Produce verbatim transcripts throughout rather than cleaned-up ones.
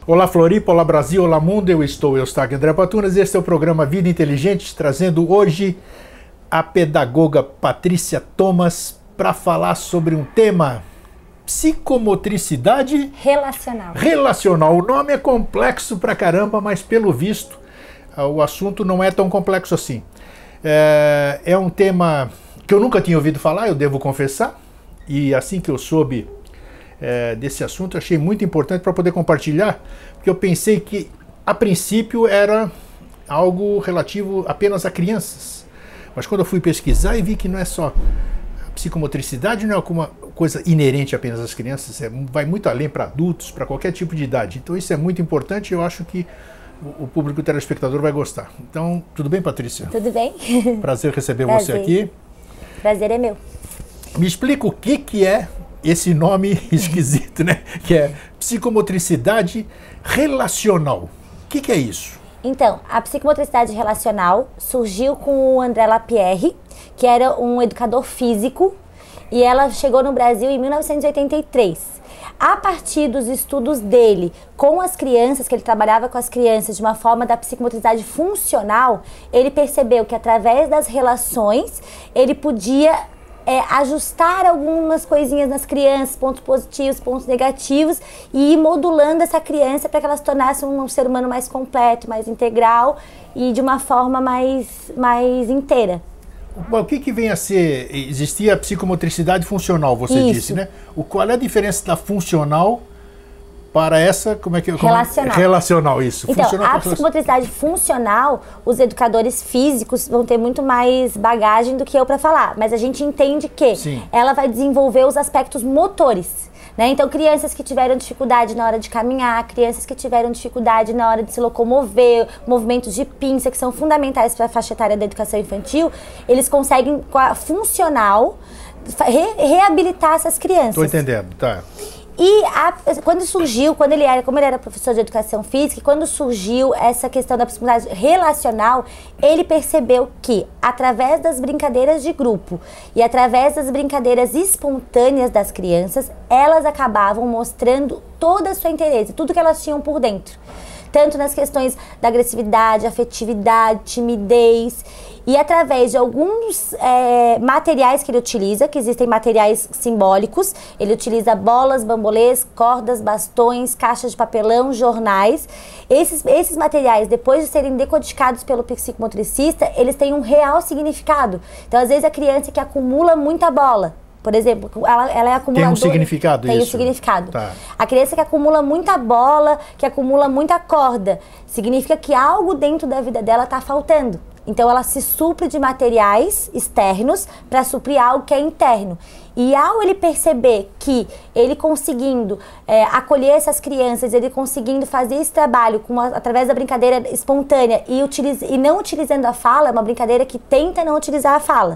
Olá Floripa, olá Brasil, olá mundo, eu estou Eustáquio André Patunas e este é o programa Vida Inteligente, trazendo hoje a pedagoga Patrícia Thomas para falar sobre um tema: psicomotricidade relacional. Relacional. O nome é complexo pra caramba, mas pelo visto o assunto não é tão complexo assim. É, é um tema que eu nunca tinha ouvido falar, eu devo confessar, e assim que eu soube É, desse assunto, eu achei muito importante para poder compartilhar, porque eu pensei que a princípio era algo relativo apenas a crianças, mas quando eu fui pesquisar e vi que não é só a psicomotricidade, não é alguma coisa inerente apenas às crianças, é, vai muito além para adultos, para qualquer tipo de idade. Então isso é muito importante e eu acho que o, o público telespectador vai gostar. Então, tudo bem, Patrícia? Tudo bem. Prazer receber Prazer. você aqui. Prazer é meu. Me explica o que, que é esse nome esquisito, né? Que é psicomotricidade relacional. O que, que é isso? Então, a psicomotricidade relacional surgiu com o André Lapierre, que era um educador físico, e ela chegou no Brasil em mil novecentos e oitenta e três. A partir dos estudos dele com as crianças, que ele trabalhava com as crianças de uma forma da psicomotricidade funcional, ele percebeu que através das relações ele podia É, ajustar algumas coisinhas nas crianças, pontos positivos, pontos negativos, e ir modulando essa criança para que ela se tornasse um ser humano mais completo, mais integral e de uma forma mais, mais inteira. O que, que vem a ser, existia a psicomotricidade funcional, você Isso. disse, né? O, qual é a diferença da funcional para essa, como é que... Como relacional. É? Relacional, isso. Então, funcional a psicomotricidade funcional, os educadores físicos vão ter muito mais bagagem do que eu para falar, mas a gente entende que Sim. ela vai desenvolver os aspectos motores, né? Então, crianças que tiveram dificuldade na hora de caminhar, crianças que tiveram dificuldade na hora de se locomover, movimentos de pinça, que são fundamentais para a faixa etária da educação infantil, eles conseguem, com a funcional, re reabilitar essas crianças. Estou entendendo, tá. E a, quando surgiu, quando ele era, como ele era professor de educação física, quando surgiu essa questão da psicomotricidade relacional, ele percebeu que através das brincadeiras de grupo e através das brincadeiras espontâneas das crianças, elas acabavam mostrando todo o seu interesse, tudo que elas tinham por dentro. Tanto nas questões da agressividade, afetividade, timidez. E através de alguns é, materiais que ele utiliza, que existem materiais simbólicos, ele utiliza bolas, bambolês, cordas, bastões, caixas de papelão, jornais. Esses, esses materiais, depois de serem decodificados pelo psicomotricista, eles têm um real significado. Então, às vezes, a criança que acumula muita bola, por exemplo, ela, ela é acumuladora. Tem um significado tem isso? Tem um significado. Tá. A criança que acumula muita bola, que acumula muita corda, significa que algo dentro da vida dela está faltando. Então ela se supre de materiais externos para suprir algo que é interno. E ao ele perceber que ele conseguindo é, acolher essas crianças, ele conseguindo fazer esse trabalho com uma, através da brincadeira espontânea e, utiliza, e não utilizando a fala, é uma brincadeira que tenta não utilizar a fala.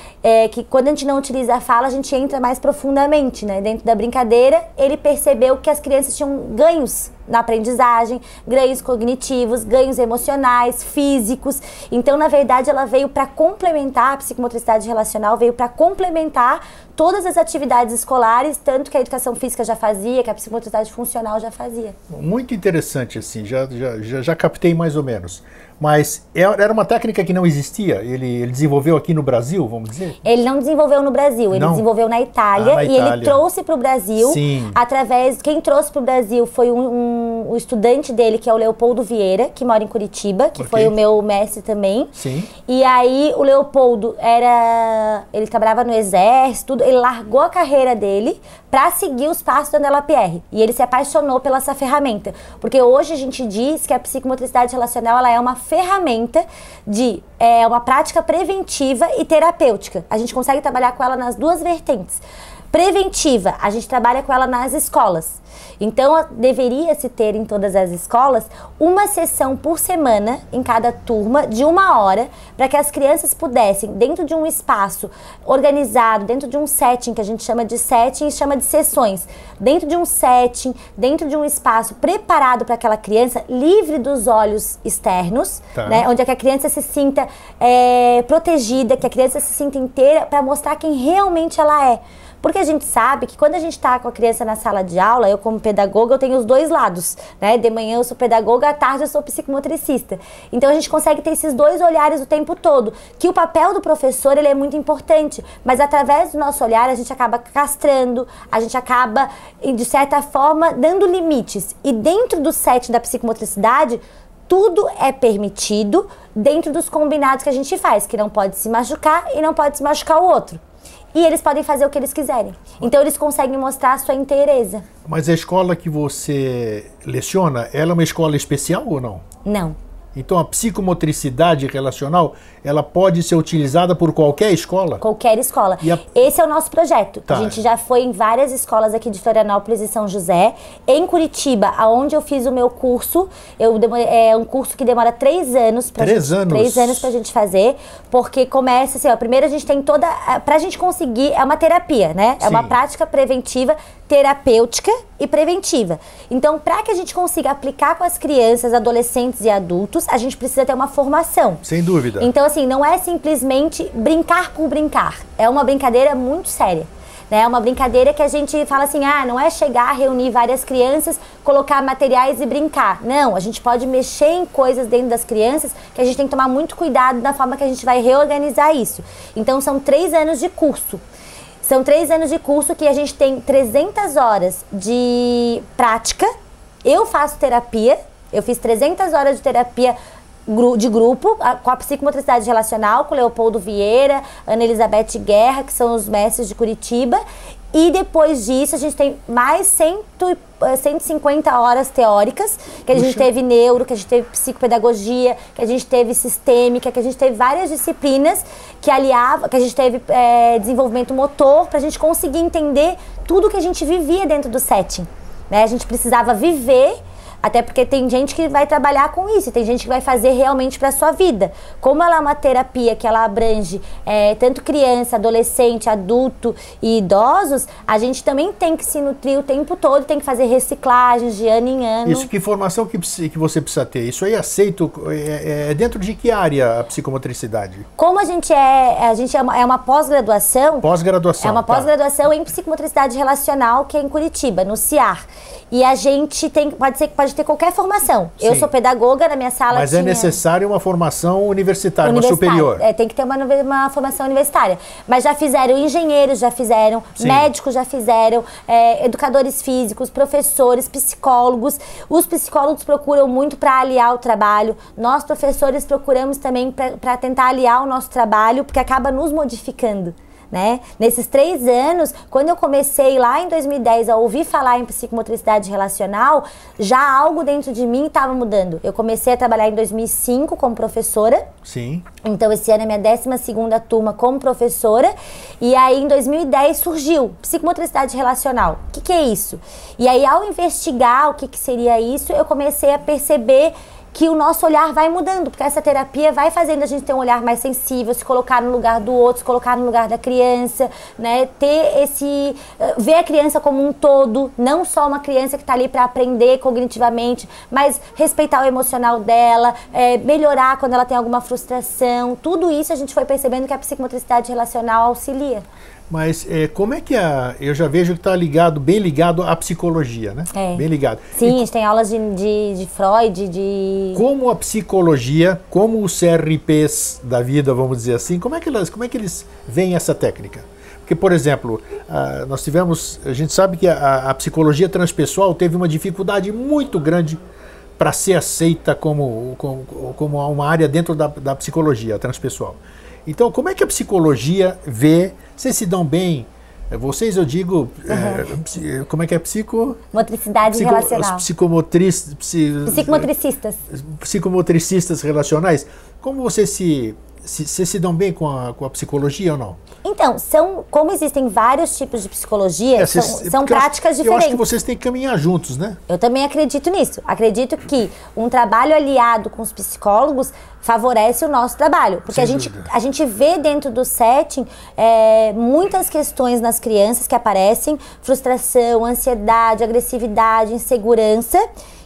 É que quando a gente não utiliza a fala, a gente entra mais profundamente, né? Dentro da brincadeira, ele percebeu que as crianças tinham ganhos na aprendizagem, ganhos cognitivos, ganhos emocionais, físicos. Então, na verdade, ela veio para complementar, a psicomotricidade relacional veio para complementar todas as atividades escolares, tanto que a educação física já fazia, que a psicomotricidade funcional já fazia. Muito interessante, assim, já, já, já, já captei mais ou menos. Mas era uma técnica que não existia? Ele, ele desenvolveu aqui no Brasil, vamos dizer? Ele não desenvolveu no Brasil, ele não? desenvolveu na Itália, ah, na e Itália. Ele trouxe para o Brasil, Sim. através, quem trouxe para o Brasil foi um, um, o estudante dele, que é o Leopoldo Vieira, que mora em Curitiba, que okay. foi o meu mestre também. Sim. E aí o Leopoldo era, ele trabalhava no exército, ele largou a carreira dele para seguir os passos do André Lapierre. E ele se apaixonou pela essa ferramenta, porque hoje a gente diz que a psicomotricidade relacional ela é uma ferramenta de é, uma prática preventiva e terapêutica. A gente consegue trabalhar com ela nas duas vertentes. Preventiva, a gente trabalha com ela nas escolas. Então, deveria-se ter em todas as escolas uma sessão por semana, em cada turma, de uma hora, para que as crianças pudessem, dentro de um espaço organizado, dentro de um setting, que a gente chama de setting e chama de sessões, dentro de um setting, dentro de um espaço preparado para aquela criança, livre dos olhos externos, tá. né, onde é que a criança se sinta é, protegida, que a criança se sinta inteira, para mostrar quem realmente ela é. Porque a gente sabe que quando a gente está com a criança na sala de aula, eu como pedagoga, eu tenho os dois lados, né? De manhã eu sou pedagoga, à tarde eu sou psicomotricista. Então a gente consegue ter esses dois olhares o tempo todo, que o papel do professor, ele é muito importante, mas através do nosso olhar a gente acaba castrando, a gente acaba, de certa forma, dando limites. E dentro do set da psicomotricidade, tudo é permitido dentro dos combinados que a gente faz, que não pode se machucar e não pode se machucar o outro. E eles podem fazer o que eles quiserem. Então eles conseguem mostrar a sua inteireza. Mas a escola que você leciona, ela é uma escola especial ou não? Não. Então a psicomotricidade relacional, ela pode ser utilizada por qualquer escola? Qualquer escola. A... Esse é o nosso projeto. Tá. A gente já foi em várias escolas aqui de Florianópolis e São José. Em Curitiba, onde eu fiz o meu curso, eu demorei, é um curso que demora três anos. Pra três gente, anos? Três anos pra gente fazer, porque começa assim, ó, primeiro a gente tem toda, pra gente conseguir, é uma terapia, né? É Sim. uma prática preventiva, terapêutica e preventiva. Então, para que a gente consiga aplicar com as crianças, adolescentes e adultos, a gente precisa ter uma formação. Sem dúvida. Então, assim, não é simplesmente brincar por brincar. É uma brincadeira muito séria. É uma brincadeira que a gente fala assim, ah, não é chegar, reunir várias crianças, colocar materiais e brincar. Não, a gente pode mexer em coisas dentro das crianças que a gente tem que tomar muito cuidado na forma que a gente vai reorganizar isso. Então, são três anos de curso. São três anos de curso que a gente tem trezentas horas de prática. Eu faço terapia, eu fiz trezentas horas de terapia de grupo, com a psicomotricidade relacional, com Leopoldo Vieira, Ana Elizabeth Guerra, que são os mestres de Curitiba. E depois disso, a gente tem mais cento, cento e cinquenta horas teóricas, que a gente Puxa. teve neuro, que a gente teve psicopedagogia, que a gente teve sistêmica, que a gente teve várias disciplinas que aliava, que a gente teve é, desenvolvimento motor, para a gente conseguir entender tudo que a gente vivia dentro do setting. Né? A gente precisava viver, até porque tem gente que vai trabalhar com isso, tem gente que vai fazer realmente para a sua vida. Como ela é uma terapia que ela abrange é, tanto criança, adolescente, adulto e idosos, a gente também tem que se nutrir o tempo todo, tem que fazer reciclagens de ano em ano. Isso, que informação que, que você precisa ter? Isso aí é aceito, é, é dentro de que área a psicomotricidade? Como a gente é, a gente é uma, é uma pós-graduação... Pós-graduação, É uma tá. pós-graduação em psicomotricidade relacional, que é em Curitiba, no C I A R. E a gente tem, pode ser, pode ter qualquer formação. Sim. Eu sou pedagoga, na minha sala Mas tinha... é necessário uma formação universitária, universitária, uma superior. É, tem que ter uma, uma formação universitária. Mas já fizeram engenheiros, já fizeram, Sim. médicos já fizeram, é, educadores físicos, professores, psicólogos. Os psicólogos procuram muito para aliar o trabalho. Nós, professores, procuramos também para tentar aliar o nosso trabalho, porque acaba nos modificando. Né? Nesses três anos, quando eu comecei lá em dois mil e dez a ouvir falar em psicomotricidade relacional, já algo dentro de mim estava mudando. Eu comecei a trabalhar em dois mil e cinco como professora. Sim. Então esse ano é minha décima segunda turma como professora. E aí em dois mil e dez surgiu psicomotricidade relacional. O que, que é isso? E aí ao investigar o que, que seria isso, eu comecei a perceber que o nosso olhar vai mudando, porque essa terapia vai fazendo a gente ter um olhar mais sensível, se colocar no lugar do outro, se colocar no lugar da criança, né? Ter esse... ver a criança como um todo, não só uma criança que está ali para aprender cognitivamente, mas respeitar o emocional dela, é, melhorar quando ela tem alguma frustração. Tudo isso a gente foi percebendo que a psicomotricidade relacional auxilia. Mas é, como é que a... Eu já vejo que está ligado, bem ligado à psicologia, né? É. Bem ligado. Sim, e, a gente tem aulas de, de, de Freud, de... Como a psicologia, como os C R Ps da vida, vamos dizer assim, como é que, elas, como é que eles veem essa técnica? Porque, por exemplo, a, nós tivemos... A gente sabe que a, a psicologia transpessoal teve uma dificuldade muito grande para ser aceita como, como, como uma área dentro da, da psicologia transpessoal. Então, como é que a psicologia vê? Vocês se dão bem? Vocês, eu digo, uhum. é, como é que é psico... Motricidade psico, relacional. Os psicomotriz, psi, psicomotricistas. Psicomotricistas relacionais. Como vocês se, se, se, se dão bem com a, com a psicologia ou não? Então, são, como existem vários tipos de psicologia, é, são, cês, são práticas eu acho, diferentes. Eu acho que vocês têm que caminhar juntos, né? Eu também acredito nisso. Acredito que um trabalho aliado com os psicólogos favorece o nosso trabalho. Porque a gente, a gente vê dentro do setting é, muitas questões nas crianças que aparecem, frustração, ansiedade, agressividade, insegurança,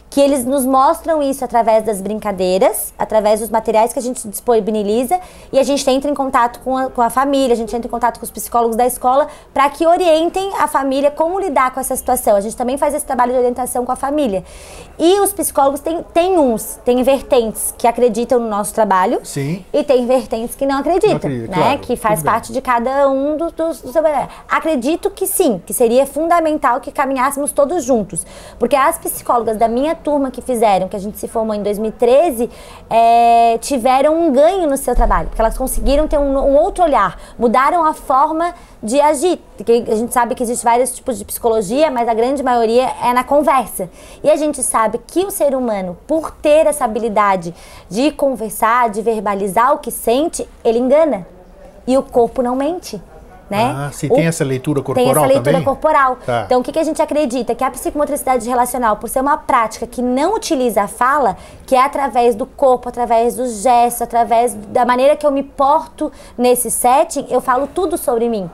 que eles nos mostram isso através das brincadeiras, através dos materiais que a gente disponibiliza, e a gente entra em contato com a, com a família, a gente entra em contato com os psicólogos da escola para que orientem a família como lidar com essa situação. A gente também faz esse trabalho de orientação com a família. E os psicólogos têm, têm uns, têm vertentes que acreditam no nosso trabalho. Sim. E tem vertentes que não acreditam, não acredito, né? Claro, que faz parte bem. de cada um dos, dos, dos... Acredito que sim, que seria fundamental que caminhássemos todos juntos. Porque as psicólogas da minha turma que fizeram, que a gente se formou em dois mil e treze, é, tiveram um ganho no seu trabalho. Porque elas conseguiram ter um, um outro olhar, mudaram a forma de agir. Porque a gente sabe que existem vários tipos de psicologia, mas a grande maioria é na conversa. E a gente sabe que o ser humano, por ter essa habilidade de conversar, de verbalizar o que sente, ele engana. E o corpo não mente. Né? Ah, se o, tem essa leitura corporal também? Tem essa leitura também? corporal. Tá. Então, o que, que a gente acredita? Que a psicomotricidade relacional, por ser uma prática que não utiliza a fala, que é através do corpo, através do gesto, através da maneira que eu me porto nesse setting, eu falo tudo sobre mim.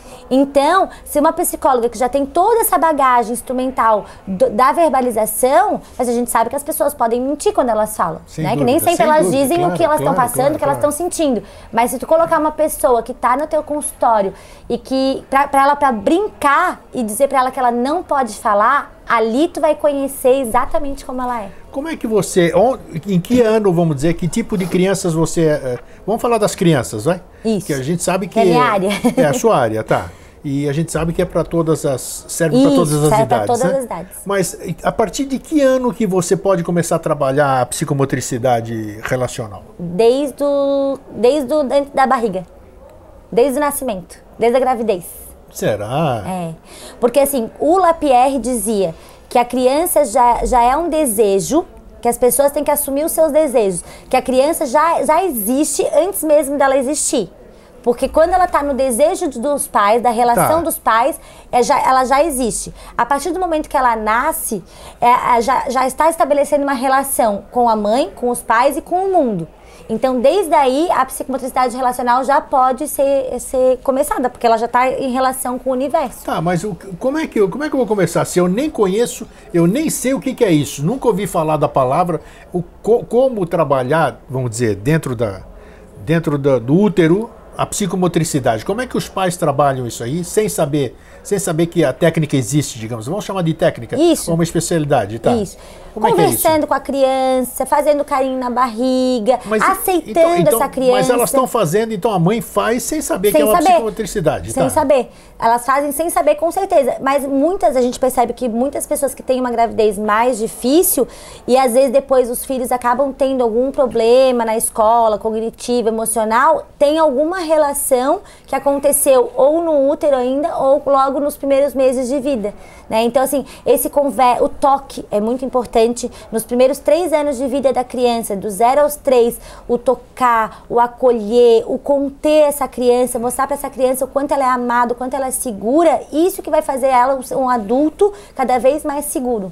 Então, se uma psicóloga que já tem toda essa bagagem instrumental do, da verbalização, mas a gente sabe que as pessoas podem mentir quando elas falam, sem né? dúvida, que nem sempre elas dúvida, dizem claro, o que elas estão claro, passando, claro, o que elas estão claro. sentindo. Mas se tu colocar uma pessoa que está no teu consultório e que, pra, pra ela, pra brincar e dizer pra ela que ela não pode falar, ali tu vai conhecer exatamente como ela é. Como é que você, em que ano, vamos dizer, que tipo de crianças você... É, vamos falar das crianças, vai? Isso. Que a gente sabe que... É a minha área. É a sua área, tá. E a gente sabe que é para todas as... serve para todas as serve idades, para todas né? as idades. Mas a partir de que ano que você pode começar a trabalhar a psicomotricidade relacional? Desde, o, desde o, dentro da barriga. Desde o nascimento. Desde a gravidez. Será? É. Porque assim, o Lapierre dizia que a criança já, já é um desejo, que as pessoas têm que assumir os seus desejos, que a criança já, já existe antes mesmo dela existir. Porque quando ela está no desejo dos pais, da relação Tá. dos pais, é já, ela já existe. A partir do momento que ela nasce, é, já, já está estabelecendo uma relação com a mãe, com os pais e com o mundo. Então, desde aí, a psicomotricidade relacional já pode ser, ser começada, porque ela já está em relação com o universo. Tá, mas o, como, é que eu, como é que eu vou começar? Se eu nem conheço, eu nem sei o que, que é isso, nunca ouvi falar da palavra, o, co, como trabalhar, vamos dizer, dentro, da, dentro da, do útero, a psicomotricidade. Como é que os pais trabalham isso aí, sem saber, sem saber que a técnica existe, digamos? Vamos chamar de técnica, isso. ou uma especialidade, tá? Isso. Como Conversando é que é isso? com a criança, fazendo carinho na barriga, Mas, aceitando então, então, essa criança. Mas elas estão fazendo, então a mãe faz sem saber Sem que é uma saber. psicomotricidade. Sem tá? saber. Elas fazem sem saber, com certeza. Mas muitas, a gente percebe que muitas pessoas que têm uma gravidez mais difícil e às vezes depois os filhos acabam tendo algum problema na escola, cognitivo, emocional, tem alguma relação que aconteceu ou no útero ainda ou logo nos primeiros meses de vida. Né? Então, assim, esse conver... o toque é muito importante nos primeiros três anos de vida da criança, do zero aos três, o tocar, o acolher, o conter essa criança, mostrar para essa criança o quanto ela é amada, o quanto ela é segura, isso que vai fazer ela um adulto cada vez mais seguro.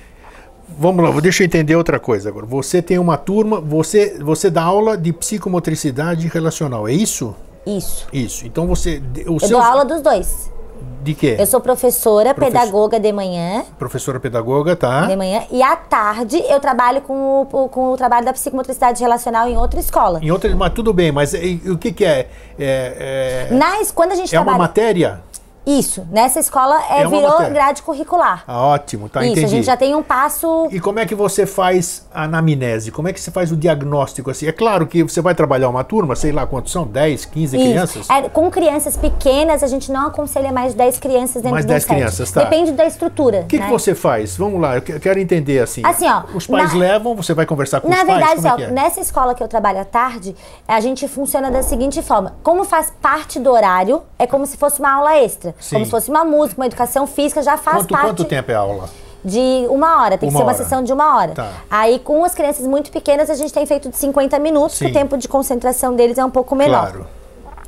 Vamos lá, deixa eu entender outra coisa agora. Você tem uma turma, você, você dá aula de psicomotricidade relacional, é isso? Isso. Isso. Então você... O Eu seu... dou aula dos dois. De quê? Eu sou professora, Professor- pedagoga de manhã, Professora pedagoga, tá? de manhã, e à tarde eu trabalho com o, com o trabalho da psicomotricidade relacional em outra escola. Em outra, mas tudo bem, mas e, e o que que é? É, é, Nas, quando a gente é uma trabalha... matéria? Isso, nessa escola é, É uma virou matéria. grade curricular. Ah, ótimo, tá, Isso, entendi. a gente já tem um passo... E como é que você faz a anamnese? Como é que você faz o diagnóstico assim? É claro que você vai trabalhar uma turma, sei lá quantos são, dez, quinze Isso. crianças? É, com crianças pequenas, a gente não aconselha mais de dez crianças dentro Mais do dez set. crianças, tá. Depende da estrutura. O que, né? que você faz? Vamos lá, eu que- quero entender assim. Assim, ó, Os pais na- levam, você vai conversar com Na os pais? verdade, Como é ó, que é? nessa escola que eu trabalho à tarde, a gente funciona da seguinte forma. Como faz parte do horário, é como se fosse uma aula extra. Sim. Como se fosse uma música, uma educação física, já faz Quanto, parte... quanto tempo é a aula? De uma hora, tem que Uma ser uma hora. sessão de uma hora. Tá. Aí com as crianças muito pequenas a gente tem feito de cinquenta minutos, que Sim. o tempo de concentração deles é um pouco menor. Claro.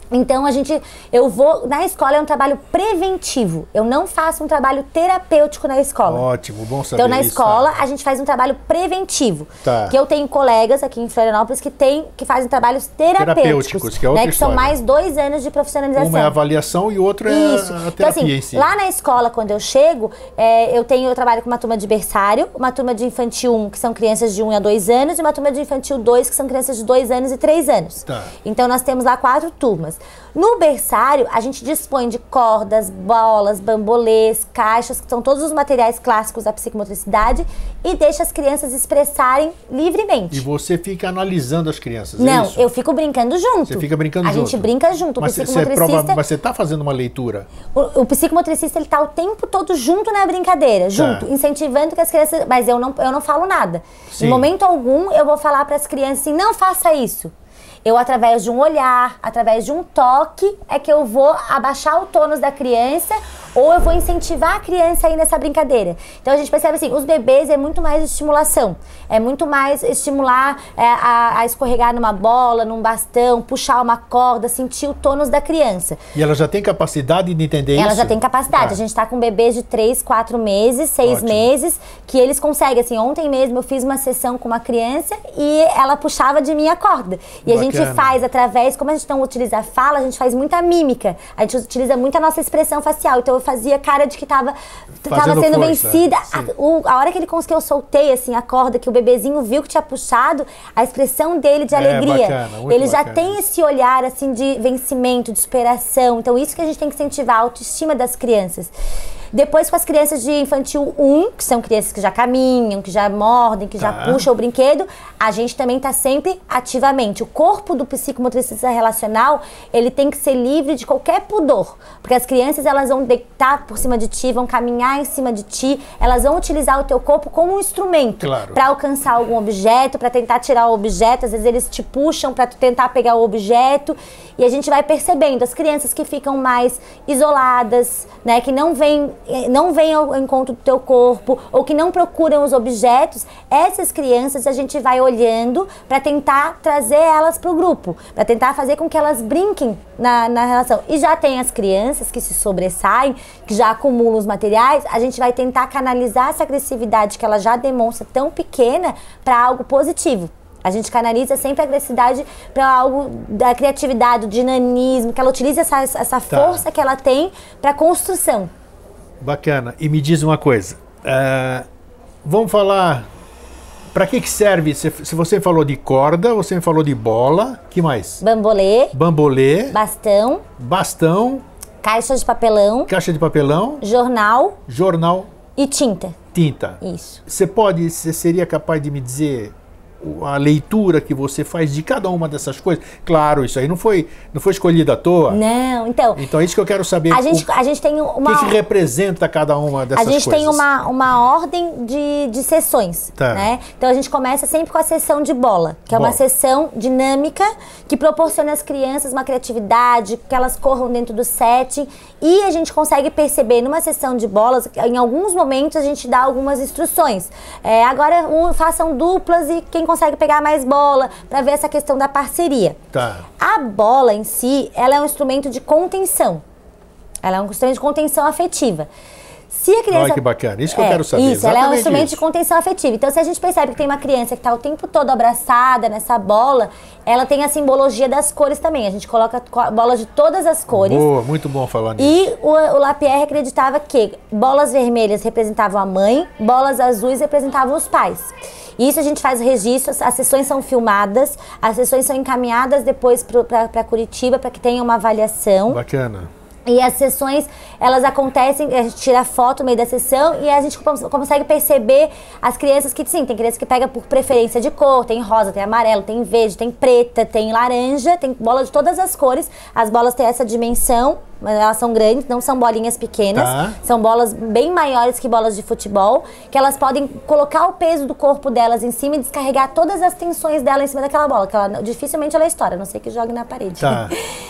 Então a gente, eu vou, na escola é um trabalho preventivo, eu não faço um trabalho terapêutico na escola. Ótimo, bom saber Então na isso, escola tá? a gente faz um trabalho preventivo, Tá. que eu tenho colegas aqui em Florianópolis que, tem, que fazem trabalhos terapêuticos, Terapêuticos, que é outra né, que são história. mais dois anos de profissionalização. Uma é a avaliação e o outro é Isso. a terapia Então, assim, em si. lá na escola, quando eu chego, é, eu tenho, eu trabalho com uma turma de berçário, uma turma de infantil um, que são crianças de um a dois anos, e uma turma de infantil dois, que são crianças de dois anos e três anos. Tá. Então nós temos lá quatro turmas. No berçário, a gente dispõe de cordas, bolas, bambolês, caixas, que são todos os materiais clássicos da psicomotricidade, e deixa as crianças expressarem livremente. E você fica analisando as crianças, é Não, isso? eu fico brincando junto. Você fica brincando a junto? A gente brinca junto. O Mas você psicomotricista... prova, mas você está fazendo uma leitura? O, o psicomotricista, ele tá o tempo todo junto na brincadeira, junto, Tá. incentivando que as crianças... Mas eu não, eu não falo nada. Sim. Em momento algum, eu vou falar para as crianças assim, não faça isso. Eu, através de um olhar, através de um toque, é que eu vou abaixar o tônus da criança ou eu vou incentivar a criança a ir nessa brincadeira. Então a gente percebe assim, os bebês é muito mais estimulação, é muito mais estimular é, a, a escorregar numa bola, num bastão, puxar uma corda, sentir o tônus da criança. E ela já tem capacidade de entender Ela isso? já tem capacidade. Tá. A gente tá com bebês de três, quatro meses, seis Ótimo. meses, que eles conseguem. Assim, ontem mesmo eu fiz uma sessão com uma criança e ela puxava de mim a corda. E a gente Bacana. faz através, como a gente não utiliza a fala, a gente faz muita mímica. A gente utiliza muito a nossa expressão facial. Então eu fazia cara de que tava, tava Fazendo sendo força. vencida. Sim. A, o- a hora que ele conseguiu, eu soltei assim a corda, que o bebezinho viu que tinha puxado, a expressão dele de É, alegria. bacana, muito ele já bacana tem isso. esse olhar assim de vencimento, de superação. Então isso que a gente tem que incentivar, a autoestima das crianças. Depois com as crianças de infantil um, que são crianças que já caminham, que já mordem, que já Tá. puxam o brinquedo, a gente também está sempre ativamente. O corpo do psicomotricista relacional, ele tem que ser livre de qualquer pudor, porque as crianças elas vão deitar por cima de ti, vão caminhar em cima de ti, elas vão utilizar o teu corpo como um instrumento Claro. para alcançar algum objeto, para tentar tirar o objeto. Às vezes eles te puxam para tu tentar pegar o objeto, e a gente vai percebendo as crianças que ficam mais isoladas, né, que não vêm não vêm ao encontro do teu corpo ou que não procuram os objetos. Essas crianças a gente vai olhando para tentar trazer elas para o grupo, para tentar fazer com que elas brinquem na, na relação. E já tem as crianças que se sobressaem, que já acumulam os materiais, a gente vai tentar canalizar essa agressividade que ela já demonstra tão pequena para algo positivo. A gente canaliza sempre a agressividade para algo da criatividade, do dinamismo, que ela utilize essa, essa força que ela tem para construção. Bacana. E me diz uma coisa. é, vamos falar... Para que que serve? Se, se você falou de corda, você me falou de bola. Que mais? Bambolê, Bambolê, bastão, bastão, caixa de papelão, caixa de papelão, jornal jornal, e tinta. tinta. Isso. Você pode, você seria capaz de me dizer o- a leitura que você faz de cada uma dessas coisas? Claro, isso aí não foi, não foi escolhido à toa. Não, então, Então é isso que eu quero saber. a gente, o a gente tem o uma... que, que representa cada uma dessas A coisas? gente tem uma, uma ordem de, de sessões, Tá. né? Então a gente começa sempre com a sessão de bola, que é uma Bola. sessão dinâmica que proporciona às crianças uma criatividade, que elas corram dentro do setting, e a gente consegue perceber numa sessão de bolas, em alguns momentos a gente dá algumas instruções. É, agora um, façam duplas e quem consegue pegar mais bola, para ver essa questão da parceria. Tá. A bola em si, ela é um instrumento de contenção. Ela é um instrumento de contenção afetiva. Se a criança... Olha que bacana, isso que eu É, quero saber. Isso, ela é um exatamente instrumento isso. de contenção afetiva. Então, se a gente percebe que tem uma criança que está o tempo todo abraçada nessa bola, ela tem a simbologia das cores também. A gente coloca co- bolas de todas as cores. Boa, muito bom falar nisso. E o, o Lapierre acreditava que bolas vermelhas representavam a mãe, bolas azuis representavam os pais. Isso a gente faz registros, as sessões são filmadas, as sessões são encaminhadas depois para Curitiba para que tenha uma avaliação. Bacana. E as sessões, elas acontecem, a gente tira foto no meio da sessão e a gente cons- consegue perceber as crianças que, sim, tem criança que pega por preferência de cor, tem rosa, tem amarelo, tem verde, tem preta, tem laranja, tem bola de todas as cores. As bolas têm essa dimensão, mas elas são grandes, não são bolinhas pequenas. Tá. São bolas bem maiores que bolas de futebol, que elas podem colocar o peso do corpo delas em cima e descarregar todas as tensões dela em cima daquela bola, que ela, dificilmente ela estoura, a não ser que jogue na parede. Tá.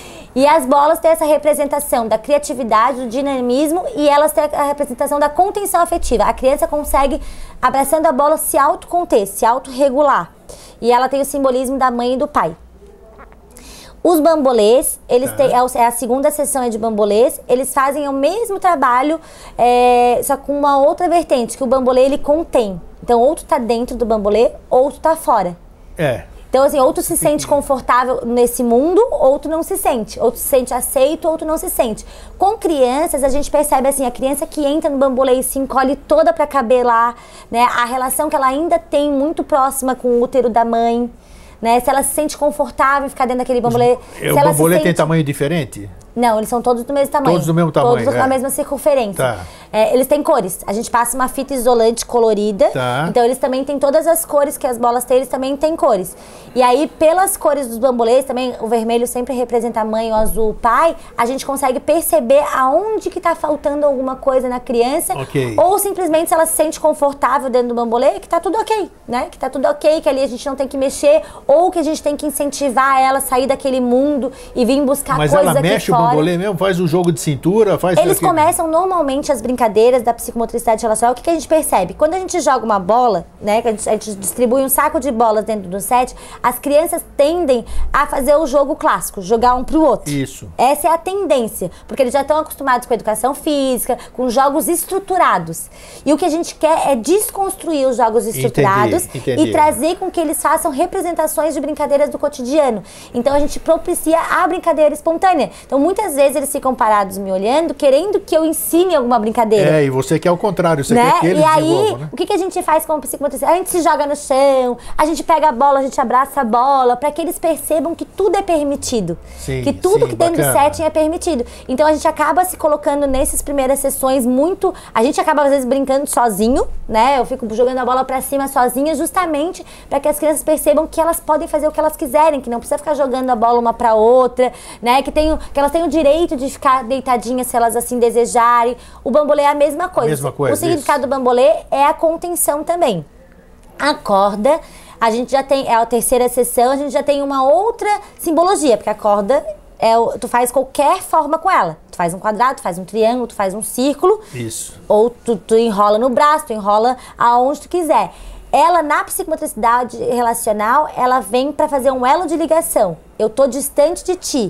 E as bolas têm essa representação da criatividade, do dinamismo, e elas têm a representação da contenção afetiva. A criança consegue, abraçando a bola, se autoconter, se autorregular. E ela tem o simbolismo da mãe e do pai. Os bambolês, eles Tá. têm, é o- é a segunda sessão é de bambolês, eles fazem o mesmo trabalho, é, só com uma outra vertente, que o bambolê ele contém. Então, ou tu tá dentro do bambolê, ou tu tá fora. É. Então, assim, ou tu se sente confortável nesse mundo, ou tu não se sente. Ou tu se sente aceito, ou tu não se sente. Com crianças, a gente percebe, assim, a criança que entra no bambolê e se encolhe toda pra caber lá, né? A relação que ela ainda tem muito próxima com o útero da mãe, né? Se ela se sente confortável em ficar dentro daquele bambolê. É, se o ela se bambolê tem sente- tamanho diferente? Não, eles são todos do mesmo tamanho. Todos do mesmo tamanho, Todos com é. a mesma circunferência. Tá. É, eles têm cores. A gente passa uma fita isolante colorida. Tá. Então eles também têm todas as cores que as bolas têm, eles também têm cores. E aí, pelas cores dos bambolês, também o vermelho sempre representa a mãe, o azul o pai, a gente consegue perceber aonde que tá faltando alguma coisa na criança. Ok. Ou simplesmente se ela se sente confortável dentro do bambolê, que tá tudo ok, né? Que tá tudo ok, que ali a gente não tem que mexer, ou que a gente tem que incentivar ela a sair daquele mundo e vir buscar Mas coisas ela aqui mexe o fora. bambolê mesmo? Faz o jogo de cintura? Faz Eles aquele- começam normalmente as brincadeiras da psicomotricidade relacional. O que, que a gente percebe? Quando a gente joga uma bola, né, que a gente, a gente distribui um saco de bolas dentro do set, as crianças tendem a fazer o jogo clássico, jogar um pro outro. Isso. Essa é a tendência, porque eles já estão acostumados com a educação física, com jogos estruturados. E o que a gente quer é desconstruir os jogos estruturados entendi. e trazer com que eles façam representações de brincadeiras do cotidiano. Então a gente propicia a brincadeira espontânea. Então muitas vezes eles ficam parados me olhando, querendo que eu ensine alguma brincadeira. É, e você quer o contrário, você Né? quer que eles E aí, desenvolvam, né? o que, que a gente faz como psicomotricidade? A gente se joga no chão, a gente pega a bola, a gente abraça a bola, para que eles percebam que tudo é permitido. Sim, que tudo sim, que dentro bacana. do setting é permitido. Então a gente acaba se colocando nessas primeiras sessões muito... A gente acaba às vezes brincando sozinho, né? Eu fico jogando a bola para cima sozinha, justamente para que as crianças percebam que elas podem fazer o que elas quiserem, que não precisa ficar jogando a bola uma para outra, né? Que, tem, que elas têm o direito de ficar deitadinhas se elas assim desejarem. O bambolê é a mesma coisa. Mesma coisa, O significado do bambolê é a contenção também. A corda, a gente já tem, é a terceira sessão, a gente já tem uma outra simbologia, porque a corda, é, o- tu faz qualquer forma com ela. Tu faz um quadrado, tu faz um triângulo, tu faz um círculo, Isso. ou tu, tu enrola no braço, tu enrola aonde tu quiser. Ela, na psicomotricidade relacional, ela vem para fazer um elo de ligação. Eu tô distante de ti,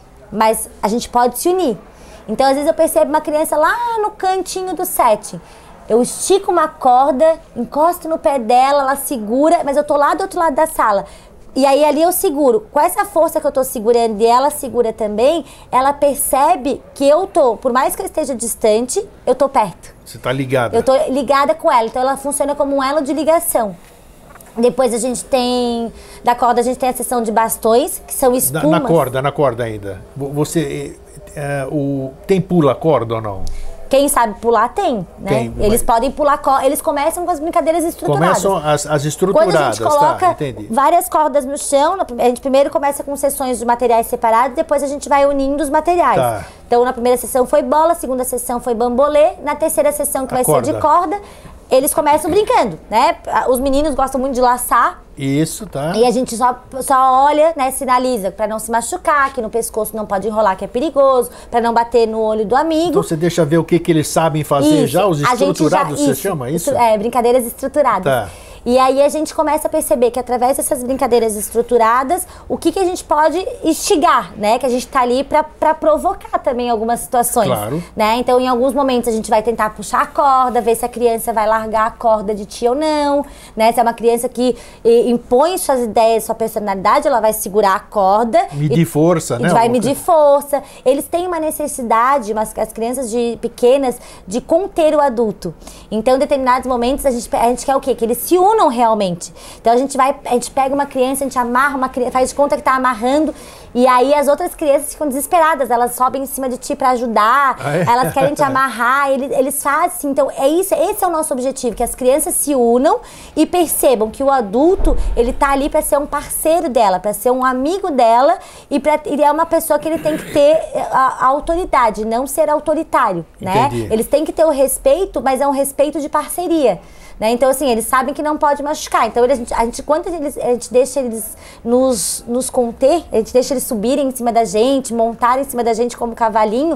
mas a gente pode se unir. Então, às vezes eu percebo uma criança lá no cantinho do setting. Eu estico uma corda, encosto no pé dela, ela segura, mas eu tô lá do outro lado da sala. E aí ali eu seguro. Com essa força que eu tô segurando e ela segura também, ela percebe que eu tô, por mais que eu esteja distante, eu tô perto. Você tá ligado. Eu tô ligada com ela, então ela funciona como um elo de ligação. Depois a gente tem, da corda a gente tem a seção de bastões, que são Na, espumas. na corda, na corda ainda. Vo- Você, é, o, tem pula corda ou não? Quem sabe pular tem, né? Tem, eles mas- podem pular, co- eles começam com as brincadeiras estruturadas. Começam as, as Quando estruturadas, a gente coloca tá? Entendi. várias cordas no chão, na prime- a gente primeiro começa com sessões de materiais separados, depois a gente vai unindo os materiais. Tá. Então, na primeira sessão foi bola, segunda sessão foi bambolê, na terceira sessão, que A vai corda. ser de corda, eles começam brincando, né? Os meninos gostam muito de laçar, Isso, tá? e a gente só, só olha, né, sinaliza pra não se machucar, que no pescoço não pode enrolar, que é perigoso, pra não bater no olho do amigo. Então você deixa ver o que, que eles sabem fazer Isso. já, os A gente estruturados, já- você chama isso? É, brincadeiras estruturadas. Tá. E aí a gente começa a perceber que através dessas brincadeiras estruturadas, o que, que a gente pode instigar, né? Que a gente tá ali pra, pra provocar também algumas situações. Claro. Né? Então, em alguns momentos, a gente vai tentar puxar a corda, ver se a criança vai largar a corda de ti ou não, né? Se é uma criança que eh, impõe suas ideias, sua personalidade, ela vai segurar a corda. Medir e- força, a né? gente vai Alguma medir força. Eles têm uma necessidade, mas as crianças de pequenas, de conter o adulto. Então, em determinados momentos, a gente, a gente quer o quê? Que eles se unam realmente. Então, a gente vai, a gente pega uma criança, a gente amarra uma criança, faz de conta que tá amarrando, e aí as outras crianças ficam desesperadas, elas sobem em cima de ti pra ajudar, Ah, é? elas querem te amarrar, eles, eles fazem assim. Então, é isso, esse é o nosso objetivo, que as crianças se unam e percebam que o adulto, ele tá ali pra ser um parceiro dela, pra ser um amigo dela, e pra, ele é uma pessoa que ele tem que ter a, a autoridade, não ser autoritário, né? Entendi. Eles têm que ter o respeito, mas é um respeito de parceria. Né? Então, assim, eles sabem que não pode machucar. Então, eles, a gente, a gente, quando eles, a gente deixa eles nos, nos conter, a gente deixa eles subirem em cima da gente, montarem em cima da gente como cavalinho,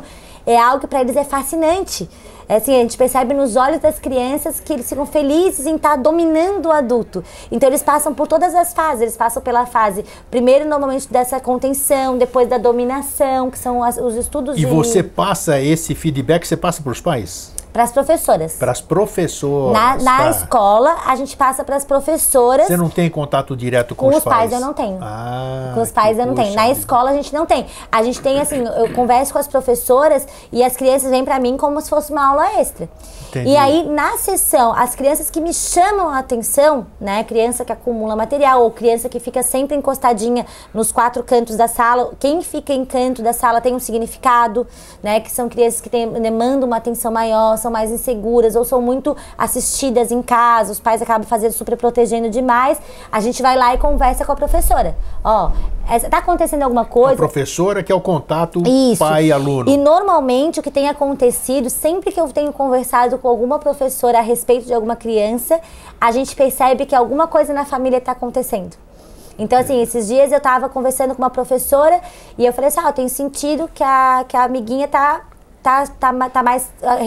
é algo que para eles é fascinante. É assim, a gente percebe nos olhos das crianças que eles ficam felizes em estar dominando o adulto. Então eles passam por todas as fases, eles passam pela fase, primeiro normalmente dessa contenção, depois da dominação, que são as, os estudos E de... você passa esse feedback, você passa para os pais? Para as professoras. Para as professoras. Na, na tá. escola, a gente passa para as professoras. Você não tem contato direto com, com os, os pais? Com os pais eu não tenho. Ah, com os pais eu não tenho. Na escola a gente não tem. A gente tem assim, eu converso com as professoras e as crianças vêm para mim como se fosse uma aula extra. Entendi. E aí, na sessão, as crianças que me chamam a atenção, né, criança que acumula material ou criança que fica sempre encostadinha nos quatro cantos da sala, quem fica em canto da sala tem um significado, né, que são crianças que tem, demandam uma atenção maior, são mais inseguras ou são muito assistidas em casa, os pais acabam fazendo super protegendo demais, a gente vai lá e conversa com a professora. Ó, tá acontecendo alguma coisa? A professora que é o contato Isso. pai e aluno. E normalmente o que tem acontecido, sempre que eu tenho conversado com alguma professora a respeito de alguma criança, a gente percebe que alguma coisa na família está acontecendo. Então, assim, esses dias eu estava conversando com uma professora e eu falei assim, ah, eu tenho sentido que a, que a amiguinha tá... Tá, tá, tá mais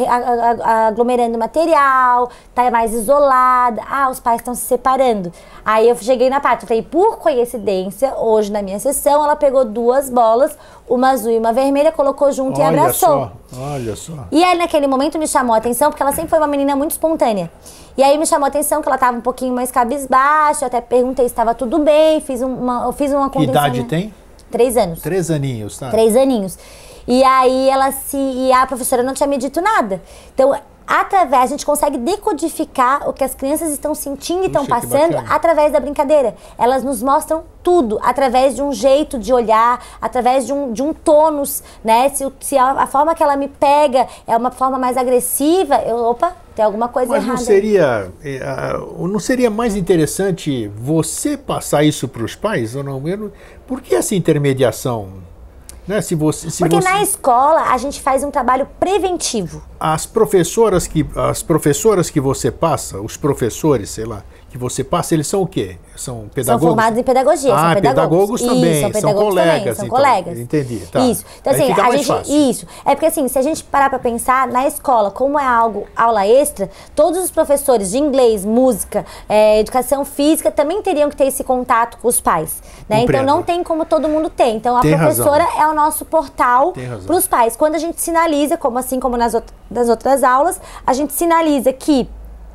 aglomerando material, tá mais isolada. Ah, os pais estão se separando. Aí eu cheguei na parte, eu falei, por coincidência, hoje na minha sessão, ela pegou duas bolas, uma azul e uma vermelha, colocou junto olha e abraçou. Só, olha só. E aí naquele momento me chamou a atenção, porque ela sempre foi uma menina muito espontânea. E aí me chamou a atenção que ela estava um pouquinho mais cabisbaixa, eu até perguntei se estava tudo bem, fiz uma, eu fiz uma contenção. Que idade tem? Três anos. Três aninhos, tá? Três aninhos. E aí ela se. E a professora não tinha me dito nada. Então, através, a gente consegue decodificar o que as crianças estão sentindo e estão passando através da brincadeira. Elas nos mostram tudo, através de um jeito de olhar, através de um, de um tônus, né? Se, se a, a forma que ela me pega é uma forma mais agressiva, eu, opa, tem alguma coisa Mas errada. Mas não seria, é, não seria mais interessante você passar isso para os pais? Ou não? Por que essa intermediação? Né? Se você, se Porque você... na escola a gente faz um trabalho preventivo. As professoras que, as professoras que você passa, os professores, sei lá, que você passa, eles são o quê? São pedagogos? São formados em pedagogia. Ah, são pedagogos, pedagogos também, isso, são, pedagogos são colegas. Também, são então, colegas. Entendi, tá. Isso. Então, aí assim, fica a mais gente, fácil. Isso. É porque, assim, se a gente parar pra pensar, na escola, como é algo, aula extra, todos os professores de inglês, música, é, educação física, também teriam que ter esse contato com os pais. Né? Então, não tem como todo mundo ter. Então, a tem professora razão. é o nosso portal para os pais. Quando a gente sinaliza, como assim como nas, out nas outras aulas, a gente sinaliza que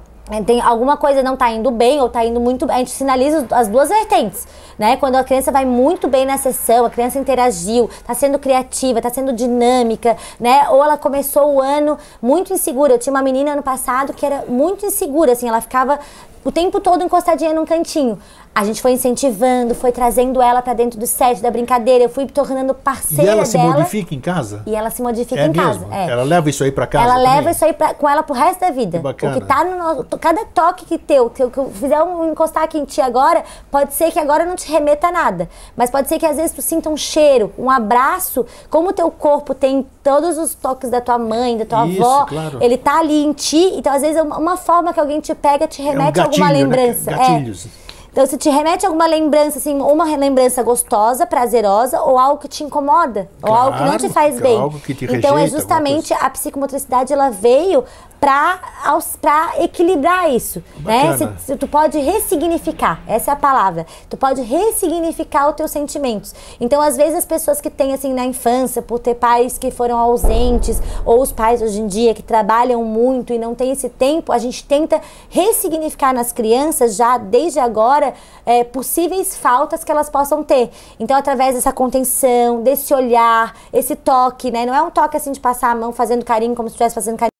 tem alguma coisa não está indo bem ou está indo muito bem, a gente sinaliza as duas vertentes, né? Quando a criança vai muito bem na sessão, a criança interagiu, está sendo criativa, está sendo dinâmica, né? Ou ela começou o ano muito insegura. Eu tinha uma menina ano passado que era muito insegura, assim, ela ficava o tempo todo encostadinha num cantinho. A gente foi incentivando, foi trazendo ela pra dentro do set, da brincadeira, eu fui tornando parceira dela. E ela se dela, modifica em casa? E ela se modifica é em mesmo? casa. É. Ela leva isso aí pra casa Ela também? leva isso aí pra, com ela pro resto da vida. Que bacana. O que tá no nosso, cada toque que teu, que eu, que eu fizer um encostar aqui em ti agora, pode ser que agora não te remeta a nada. Mas pode ser que às vezes tu sinta um cheiro, um abraço, como o teu corpo tem todos os toques da tua mãe, da tua isso, avó, claro. Ele tá ali em ti, então às vezes é uma, uma forma que alguém te pega, te remete é um gatilho, a alguma lembrança. Né? Gatilhos. É. Então, se te remete a alguma lembrança, assim, ou uma lembrança gostosa, prazerosa, ou algo que te incomoda, claro, ou algo que não te faz bem. Algo que te então, rejeita, é justamente a psicomotricidade, ela veio para equilibrar isso, né? Se, se tu pode ressignificar, essa é a palavra. Tu pode ressignificar os teus sentimentos. Então, às vezes, as pessoas que têm, assim, na infância, por ter pais que foram ausentes, ou os pais hoje em dia que trabalham muito e não têm esse tempo, a gente tenta ressignificar nas crianças, já desde agora, é, possíveis faltas que elas possam ter. Então, através dessa contenção, desse olhar, esse toque, né? Não é um toque, assim, de passar a mão fazendo carinho, como se estivesse fazendo carinho.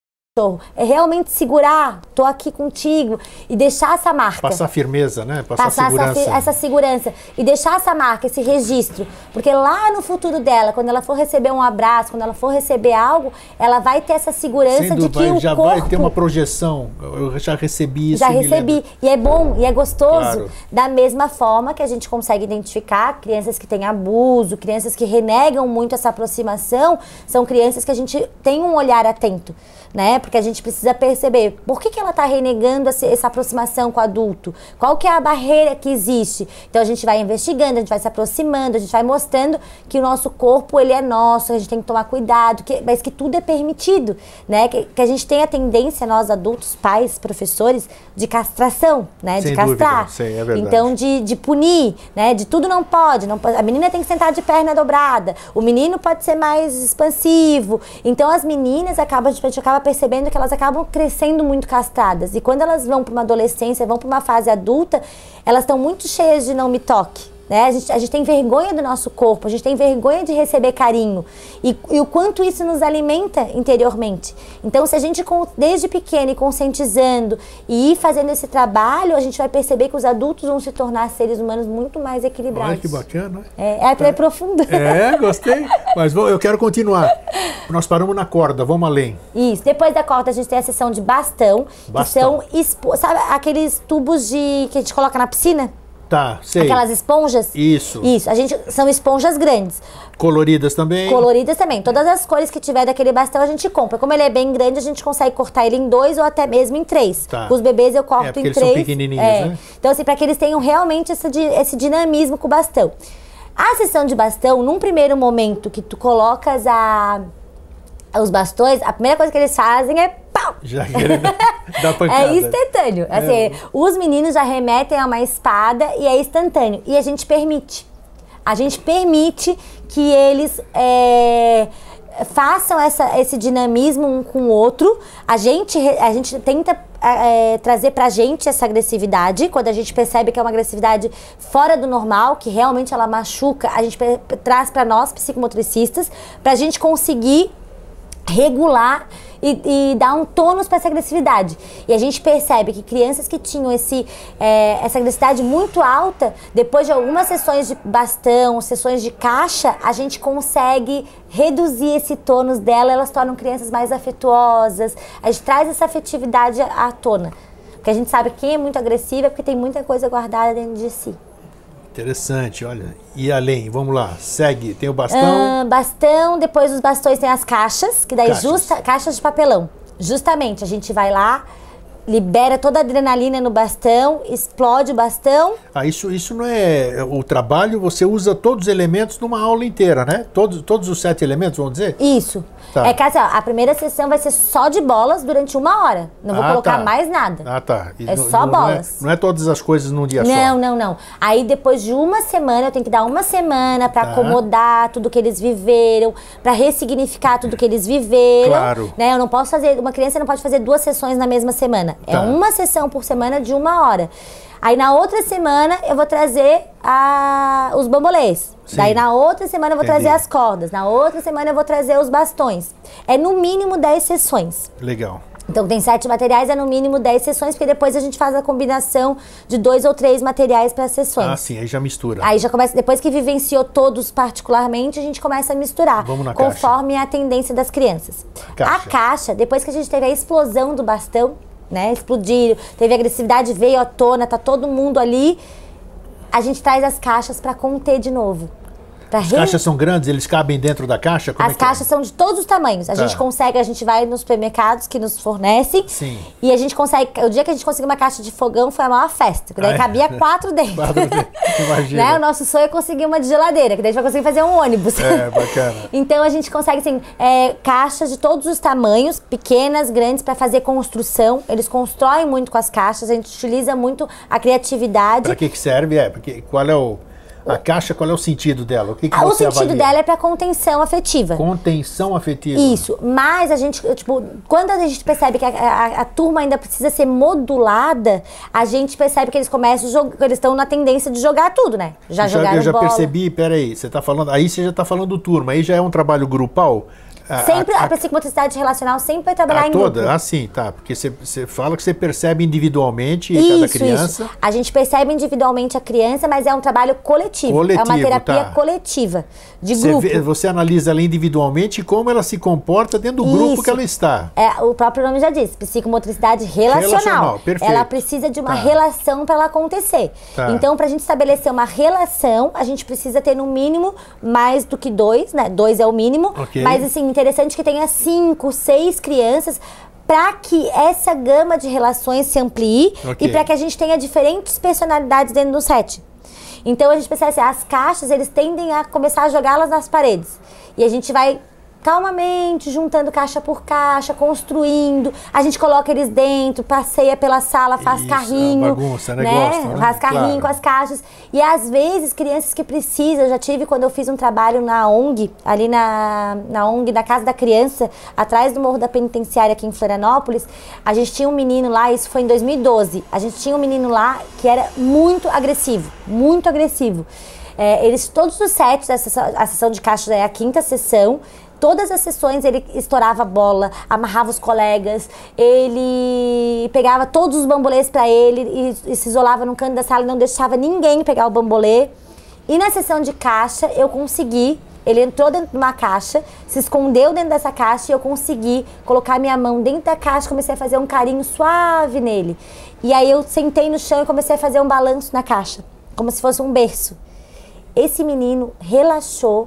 É realmente segurar, tô aqui contigo e deixar essa marca. Passar firmeza, né? Passar, Passar segurança. Essa, essa segurança e deixar essa marca, esse registro. Porque lá no futuro dela, quando ela for receber um abraço, quando ela for receber algo, ela vai ter essa segurança Sendo, de que vai, o já corpo... vai ter uma projeção. Eu já recebi isso. Já recebi. E é bom, e é gostoso. Claro. Da mesma forma que a gente consegue identificar crianças que têm abuso, crianças que renegam muito essa aproximação, são crianças que a gente tem um olhar atento, né? Porque a gente precisa perceber por que, que ela está renegando essa, essa aproximação com o adulto, qual que é a barreira que existe. Então a gente vai investigando, a gente vai se aproximando, a gente vai mostrando que o nosso corpo, ele é nosso, a gente tem que tomar cuidado, que, mas que tudo é permitido, né? Que, que a gente tem a tendência, nós adultos, pais, professores, de castração, né? Sem de castrar. dúvida, sim, é verdade. Então, de, de punir, né? De tudo não pode, não pode. A menina tem que sentar de perna dobrada, o menino pode ser mais expansivo. Então, as meninas acabam, a gente acaba percebendo que elas acabam crescendo muito castradas. E quando elas vão para uma adolescência, vão para uma fase adulta, elas estão muito cheias de não me toque. Né? A, gente, a gente tem vergonha do nosso corpo, a gente tem vergonha de receber carinho. E, e o quanto isso nos alimenta interiormente. Então, se a gente, desde pequeno, ir conscientizando e ir fazendo esse trabalho, a gente vai perceber que os adultos vão se tornar seres humanos muito mais equilibrados. Olha que bacana. É, é, é profundo. É, gostei. Mas vou, eu quero continuar. Nós paramos na corda, vamos além. Isso. Depois da corda, a gente tem a sessão de bastão, Bastão. que são, expo... sabe aqueles tubos de que a gente coloca na piscina? Tá, sei. Aquelas esponjas? Isso. Isso, a gente, são esponjas grandes. Coloridas também? Coloridas também. Todas as cores que tiver daquele bastão a gente compra. Como ele é bem grande, a gente consegue cortar ele em dois ou até mesmo em três. Tá. Com os bebês eu corto é, porque em eles três. São pequenininhos, é. né? Então, assim, para que eles tenham realmente esse, esse dinamismo com o bastão. A sessão de bastão, num primeiro momento que tu colocas a, os bastões, a primeira coisa que eles fazem é pau! Já querem dar pancada. É instantâneo. Assim, É. os meninos já remetem a uma espada e é instantâneo. E a gente permite. A gente permite que eles é, façam essa, esse dinamismo um com o outro. A gente, a gente tenta é, trazer pra gente essa agressividade. Quando a gente percebe que é uma agressividade fora do normal, que realmente ela machuca, a gente traz pra nós, psicomotricistas, pra gente conseguir regular e, e dar um tônus para essa agressividade. E a gente percebe que crianças que tinham esse, é, essa agressividade muito alta, depois de algumas sessões de bastão, sessões de caixa, a gente consegue reduzir esse tônus dela, elas tornam crianças mais afetuosas, a gente traz essa afetividade à, à tona. Porque a gente sabe que quem é muito agressivo é porque tem muita coisa guardada dentro de si. Interessante, olha. E além, vamos lá, segue, tem o bastão. Ah, bastão, depois dos bastões tem as caixas, que daí Caixas. justa, caixas de papelão. Justamente, a gente vai lá, libera toda a adrenalina no bastão, explode o bastão. Ah, isso, isso não é o trabalho, você usa todos os elementos numa aula inteira, né? Todos, todos os sete elementos, vamos dizer? Isso. Tá. É que assim, ó, a primeira sessão vai ser só de bolas durante uma hora. Não vou Ah, colocar tá. mais nada. Ah, tá. E É não- só não, não é- bolas. Não é, todas as coisas num dia só. Não, não, não. Aí depois de uma semana, eu tenho que dar uma semana pra Tá. acomodar tudo que eles viveram, pra ressignificar tudo que eles viveram. Claro. Né? Eu não posso fazer, uma criança não pode fazer duas sessões na mesma semana. É Tá. uma sessão por semana de uma hora. Aí na outra semana eu vou trazer a, os bambolês. Sim. Daí na outra semana eu vou Entendi. trazer as cordas. Na outra semana eu vou trazer os bastões. É no mínimo dez sessões. Legal. Então tem sete materiais, é no mínimo dez sessões, porque depois a gente faz a combinação de dois ou três materiais para sessões. Ah, sim, aí já mistura. Aí já começa, depois que vivenciou todos particularmente, a gente começa a misturar, Vamos na conforme a tendência das crianças. Caixa. A caixa, depois que a gente teve a explosão do bastão, né, explodiram, teve agressividade, veio à tona, tá todo mundo ali, a gente traz as caixas para conter de novo. Pra As re- caixas são grandes, eles cabem dentro da caixa? Como As é que é? caixas são de todos os tamanhos. A Tá. gente consegue, a gente vai nos supermercados que nos fornecem. Sim. E a gente consegue. O dia que a gente conseguiu uma caixa de fogão foi a maior festa. Porque daí Ah, é? cabia quatro dentro. Quatro dentro, imagina. Né? O nosso sonho é conseguir uma de geladeira, que daí a gente vai conseguir fazer um ônibus. É, bacana. Então a gente consegue, assim, é, caixas de todos os tamanhos, pequenas, grandes, para fazer construção. Eles constroem muito com as caixas, a gente utiliza muito a criatividade. Para que que serve? É, porque qual é o a caixa, qual é o sentido dela? O que que Ah, o você sentido avalia? dela é para contenção afetiva. Contenção afetiva. Isso, mas a gente, tipo, quando a gente percebe que a, a- a turma ainda precisa ser modulada, a gente percebe que eles começam, a jogar, que eles estão na tendência de jogar tudo, né? Já Eu já, jogaram eu já bola. percebi, peraí, você tá falando, aí você já está falando do turma, aí já é um trabalho grupal? A- Sempre, a, a, psicomotricidade relacional sempre vai trabalhar a em toda? grupo. Ah, sim, tá, porque você, você fala que você percebe individualmente cada Isso, criança. isso. A gente percebe individualmente a criança, mas é um trabalho coletivo. Coletivo, é uma terapia tá. coletiva, de Você, grupo. vê- você analisa ela individualmente e como ela se comporta dentro do grupo Isso. que ela está. É, o próprio nome já diz, psicomotricidade relacional. Relacional, perfeito. Ela precisa de uma Tá. relação para ela acontecer. Tá. Então, para a gente estabelecer uma relação, a gente precisa ter no mínimo mais do que dois, né? Dois é o mínimo. Ok. Mas, assim, interessante que tenha cinco, seis crianças para que essa gama de relações se amplie Okay. e para que a gente tenha diferentes personalidades dentro do set. Então a gente percebe assim, as caixas, eles tendem a começar a jogá-las nas paredes. E a gente vai calmamente juntando caixa por caixa, construindo. A gente coloca eles dentro, passeia pela sala, faz Isso, carrinho. a bagunça, né? né? Gostam, né? Faz carrinho Claro. com as caixas. E às vezes, crianças que precisam, eu já tive quando eu fiz um trabalho na O N G, ali na, na O N G, na Casa da Criança, atrás do Morro da Penitenciária aqui em Florianópolis, a gente tinha um menino lá, isso foi em dois mil e doze, a gente tinha um menino lá que era muito agressivo, muito agressivo. É, eles, todos os sets, a sessão, a sessão de caixas é a quinta sessão, todas as sessões ele estourava a bola, amarrava os colegas, ele pegava todos os bambolês para ele e, e se isolava num canto da sala e não deixava ninguém pegar o bambolê. E na sessão de caixa eu consegui, ele entrou dentro de uma caixa, se escondeu dentro dessa caixa e eu consegui colocar minha mão dentro da caixa, comecei a fazer um carinho suave nele. E aí eu sentei no chão e comecei a fazer um balanço na caixa, como se fosse um berço. Esse menino relaxou,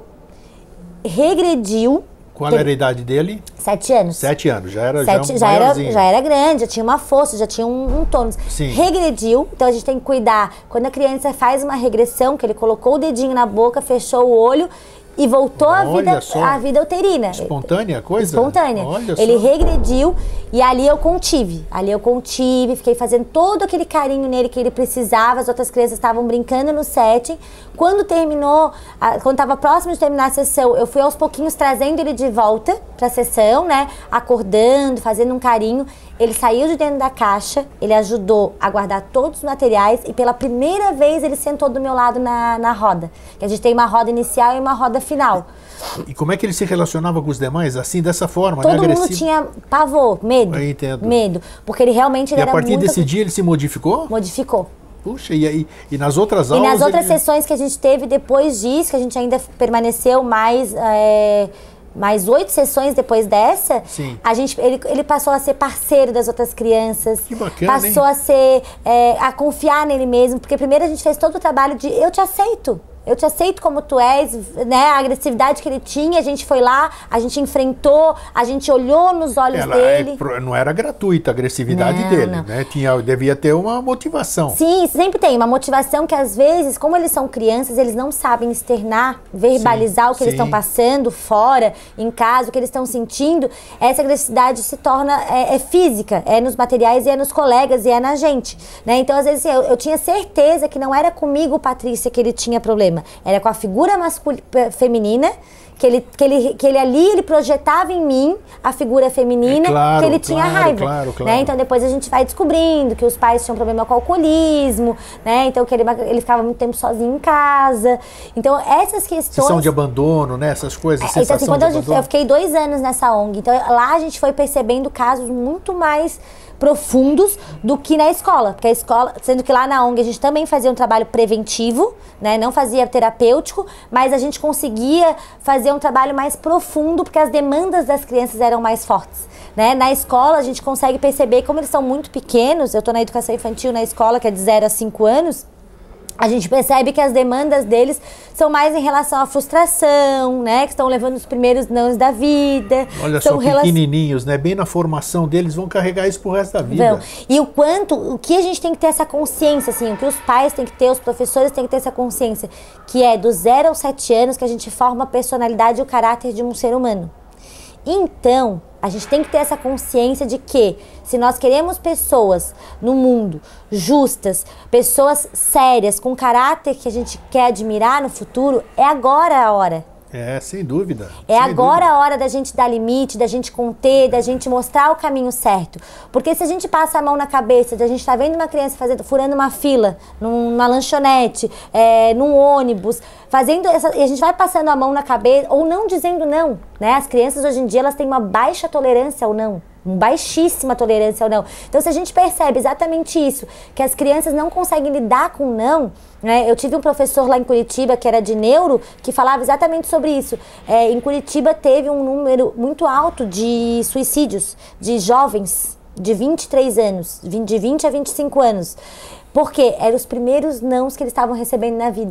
regrediu. Qual era a idade dele? Sete anos. Sete anos, já era Sete, já um já, era, maiorzinho. já era grande, já tinha uma força, já tinha um, um tônus. Sim. Regrediu, então a gente tem que cuidar. Quando a criança faz uma regressão, que ele colocou o dedinho na boca, fechou o olho e voltou à Olha vida, só. à vida uterina. Espontânea a coisa? Espontânea. Olha Ele só. regrediu e ali eu contive. Ali eu contive, fiquei fazendo todo aquele carinho nele que ele precisava. As outras crianças estavam brincando no setting. Quando terminou, a- quando estava próximo de terminar a sessão, eu fui aos pouquinhos trazendo ele de volta para a sessão, né? Acordando, fazendo um carinho. Ele saiu de dentro da caixa, ele ajudou a guardar todos os materiais e pela primeira vez ele sentou do meu lado na, na roda. Que a gente tem uma roda inicial e uma roda final. E como é que ele se relacionava com os demais? Assim, dessa forma, Todo né? mundo Agressivo? tinha pavor, medo. Eu entendo. Medo. Porque ele realmente ele E a era partir muito... desse dia ele se modificou? Modificou. Puxa, e, aí, e nas outras E aulas... nas outras ele... sessões que a gente teve depois disso, que a gente ainda permaneceu mais... é, mais oito sessões depois dessa, Sim. a gente, ele, ele passou a ser parceiro das outras crianças. Que bacana, Passou hein? a ser, é, a confiar nele mesmo, porque primeiro a gente fez todo o trabalho de eu te aceito. Eu te aceito como tu és, né? A agressividade que ele tinha, a gente foi lá, a gente enfrentou, a gente olhou nos olhos Ela dele. é pro- não era gratuita a agressividade Não, dele, não. né? Tinha, devia ter uma motivação. Sim, sempre tem uma motivação que às vezes, como eles são crianças, eles não sabem externar, verbalizar Sim, o que eles sim. estão passando fora, em casa, o que eles estão sentindo. Essa agressividade se torna é, é física, é nos materiais e é nos colegas e é na gente, né? Então, às vezes, assim, eu, eu tinha certeza que não era comigo, Patrícia, que ele tinha problema. Era com a figura masculina, feminina, que ele, que, ele, que ele ali ele projetava em mim a figura feminina, É claro, que ele tinha claro, raiva. claro, claro. Né? Então depois a gente vai descobrindo que os pais tinham problema com o alcoolismo, né? Então que ele, ele ficava muito tempo sozinho em casa. Então essas questões... Sensação de abandono, né? Essas coisas, É, então, assim, sensação quando de a gente, abandono. eu fiquei dois anos nessa O N G, então lá a gente foi percebendo casos muito mais profundos do que na escola, porque a escola, sendo que lá na O N G a gente também fazia um trabalho preventivo, né, não fazia terapêutico, mas a gente conseguia fazer um trabalho mais profundo, porque as demandas das crianças eram mais fortes, né, na escola a gente consegue perceber, como eles são muito pequenos, eu tô na educação infantil na escola, que é de zero a cinco anos, a gente percebe que as demandas deles são mais em relação à frustração, né? Que estão levando os primeiros nãos da vida. Olha são só, rela- pequenininhos, né? Bem na formação deles, vão carregar isso pro resto da vida. Vão. E o quanto, o que a gente tem que ter essa consciência, assim, o que os pais têm que ter, os professores têm que ter essa consciência, que é do zero aos sete anos que a gente forma a personalidade e o caráter de um ser humano. Então, a gente tem que ter essa consciência de que, se nós queremos pessoas no mundo justas, pessoas sérias, com caráter que a gente quer admirar no futuro, é agora a hora. É, sem dúvida. É sem agora dúvida. a hora da gente dar limite, da gente conter, da gente mostrar o caminho certo. Porque se a gente passa a mão na cabeça, da gente tá vendo uma criança fazendo, furando uma fila, numa lanchonete, é, num ônibus, fazendo essa, e a gente vai passando a mão na cabeça, ou não dizendo não, né? As crianças hoje em dia, elas têm uma baixa tolerância ao não. Baixíssima tolerância ao não. Então, se a gente percebe exatamente isso, que as crianças não conseguem lidar com não, né? Eu tive um professor lá em Curitiba, que era de neuro, que falava exatamente sobre isso. É, em Curitiba teve um número muito alto de suicídios de jovens de vinte e três anos, de vinte a vinte e cinco anos. Porque eram os primeiros nãos que eles estavam recebendo na vida.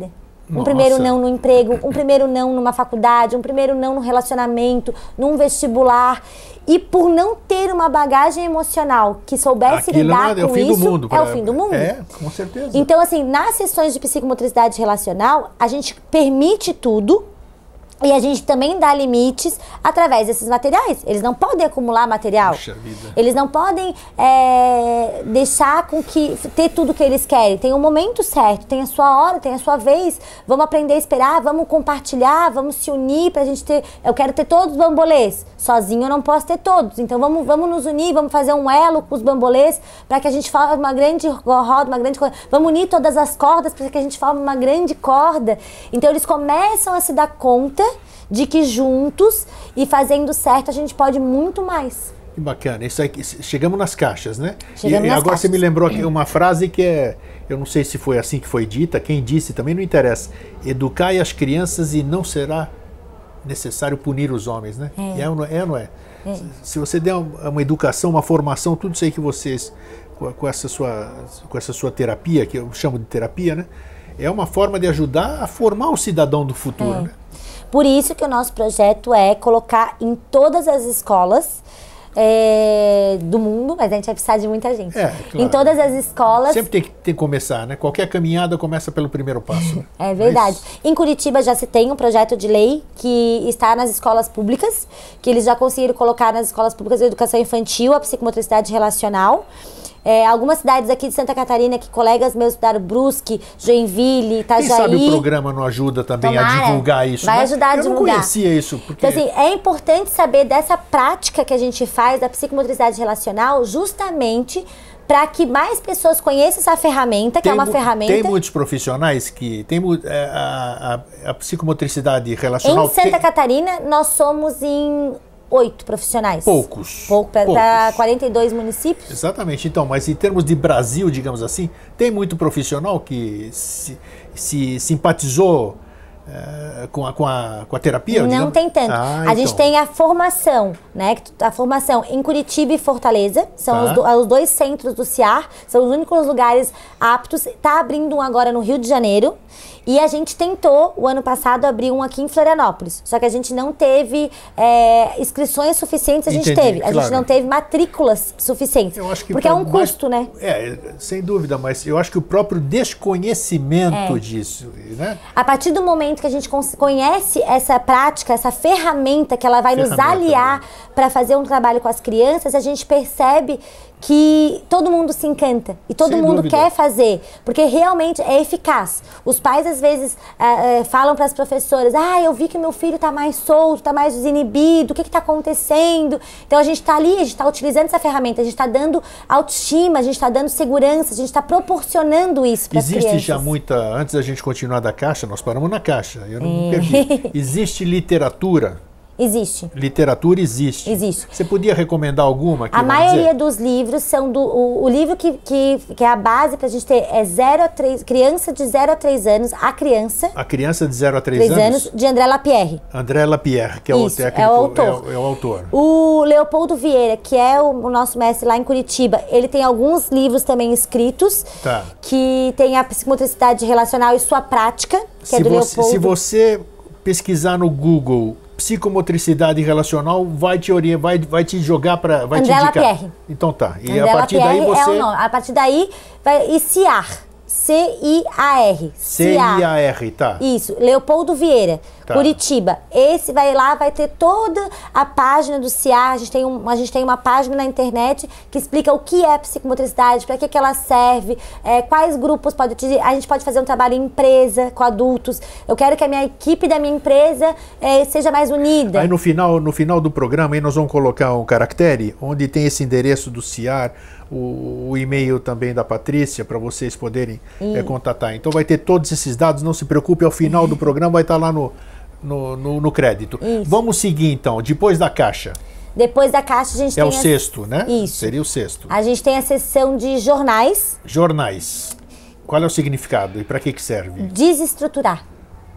Um Nossa. primeiro não no emprego, um primeiro não numa faculdade, um primeiro não no relacionamento, num vestibular. E por não ter uma bagagem emocional que soubesse Aquilo lidar é o com fim do isso, mundo, é pra- o fim do mundo. É, com certeza. Então, assim, nas sessões de psicomotricidade relacional, a gente permite tudo e a gente também dá limites através desses materiais. Eles não podem acumular material. Puxa vida. Eles não podem é, deixar com que ter tudo que eles querem. Tem um momento certo, tem a sua hora, tem a sua vez. Vamos aprender a esperar, vamos compartilhar, vamos se unir pra gente ter... Eu quero ter todos os bambolês. Sozinho eu não posso ter todos. Então vamos, vamos nos unir, vamos fazer um elo com os bambolês para que a gente forme uma grande roda, uma grande corda. Vamos unir todas as cordas para que a gente forme uma grande corda. Então eles começam a se dar conta de que juntos e fazendo certo a gente pode muito mais. Que bacana. Isso aí, chegamos nas caixas, né? Chegamos e, nas agora caixas. você me lembrou aqui uma frase que é, eu não sei se foi assim que foi dita, quem disse também não interessa. Educai as crianças e não será necessário punir os homens, né? É. É ou não é? Ou não é? É. Se você der uma uma educação, uma formação, tudo isso aí que vocês, com, com essa sua, com essa sua terapia, que eu chamo de terapia, né? É uma forma de ajudar a formar o cidadão do futuro, É. né? Por isso que o nosso projeto é colocar em todas as escolas é, do mundo, mas a gente vai precisar de muita gente. É, claro. Em todas as escolas. Sempre tem que, tem que começar, né? Qualquer caminhada começa pelo primeiro passo. Né? É verdade. Mas- Em Curitiba já se tem um projeto de lei que está nas escolas públicas, que eles já conseguiram colocar nas escolas públicas de educação infantil a psicomotricidade relacional. É, algumas cidades aqui de Santa Catarina, que colegas meus estudaram, Brusque, Joinville, Quem Itajaí. sabe o programa não ajuda também a Tomara. divulgar isso, Vai né? ajudar a Eu não divulgar. conhecia isso, porque... Então, assim, é importante saber dessa prática que a gente faz da psicomotricidade relacional, justamente para que mais pessoas conheçam essa ferramenta, que tem é uma mu- ferramenta. Tem muitos profissionais que... Tem mu- é, a, a, a psicomotricidade relacional... Em Santa tem Catarina, nós somos em oito profissionais. poucos. Pouco, para poucos. quarenta e dois municípios. Exatamente. Então, mas em termos de Brasil, digamos assim, tem muito profissional que se, se simpatizou eh, com, a, com, a, com a terapia? Não digamos? tem tanto. Ah, a gente então. tem a formação, né? A formação em Curitiba e Fortaleza. São Tá. os, do- os dois centros do CIAR. São os únicos lugares aptos. Está abrindo um agora no Rio de Janeiro. E a gente tentou, o ano passado, abrir um aqui em Florianópolis. Só que a gente não teve é, inscrições suficientes, a gente Entendi, teve. A claro. gente não teve matrículas suficientes. Eu acho que porque é pra um mais- custo, né? É, sem dúvida, mas eu acho que o próprio desconhecimento É. disso, né? A partir do momento que a gente cons- conhece essa prática, essa ferramenta que ela vai nos Ferramenta, aliar para fazer um trabalho com as crianças, a gente percebe que todo mundo se encanta e todo Sem mundo dúvida. quer fazer, porque realmente é eficaz. Os pais às vezes ah, ah, falam para as professoras: ah, eu vi que meu filho está mais solto, está mais desinibido, o que está acontecendo? Então a gente está ali, a gente está utilizando essa ferramenta, a gente está dando autoestima, a gente está dando segurança, a gente está proporcionando isso para as crianças. Existe já muita... Antes da gente continuar da caixa, nós paramos na caixa. Eu não É. me perdi. Existe literatura? Existe. Literatura existe. Existe. Você podia recomendar alguma? Aqui, A vamos maioria dizer? dos livros são do. O, o livro que, que, que é a base pra gente ter é zero a três, criança de zero a três anos, a criança, A criança de zero a três três anos? anos, de André Lapierre. André Lapierre, que é o Isso, técnico, é o autor. É o, é o autor. O Leopoldo Vieira, que é o, o nosso mestre lá em Curitiba, ele tem alguns livros também escritos, Tá. que tem a psicomotricidade relacional e sua prática, que Se é do você, Leopoldo. se você pesquisar no Google psicomotricidade relacional, vai te orientar, vai, vai te jogar para, vai te André indicar. Lapierre. Então tá. E André a partir daí Lapierre você é o nome. A partir daí vai. E CIAR. C I A R. C I A R, tá. Isso, Leopoldo Vieira, Tá. Curitiba. Esse vai lá, vai ter toda a página do CIAR. A gente tem, um, a gente tem uma página na internet que explica o que é psicomotricidade, para que, que ela serve, é, quais grupos pode utilizar. A gente pode fazer um trabalho em empresa, com adultos. Eu quero que a minha equipe da minha empresa é, seja mais unida. Aí no final, no final do programa aí nós vamos colocar um caractere onde tem esse endereço do CIAR, o, o e-mail também da Patrícia, para vocês poderem é, contatar. Então vai ter todos esses dados, não se preocupe, ao final do programa vai estar lá no, no, no, no crédito. Isso. Vamos seguir então, depois da caixa. Depois da caixa a gente É tem o a- sexto, né? Isso. Seria o sexto. A gente tem a seção de jornais, Jornais. Qual é o significado e para que que serve? desestruturar.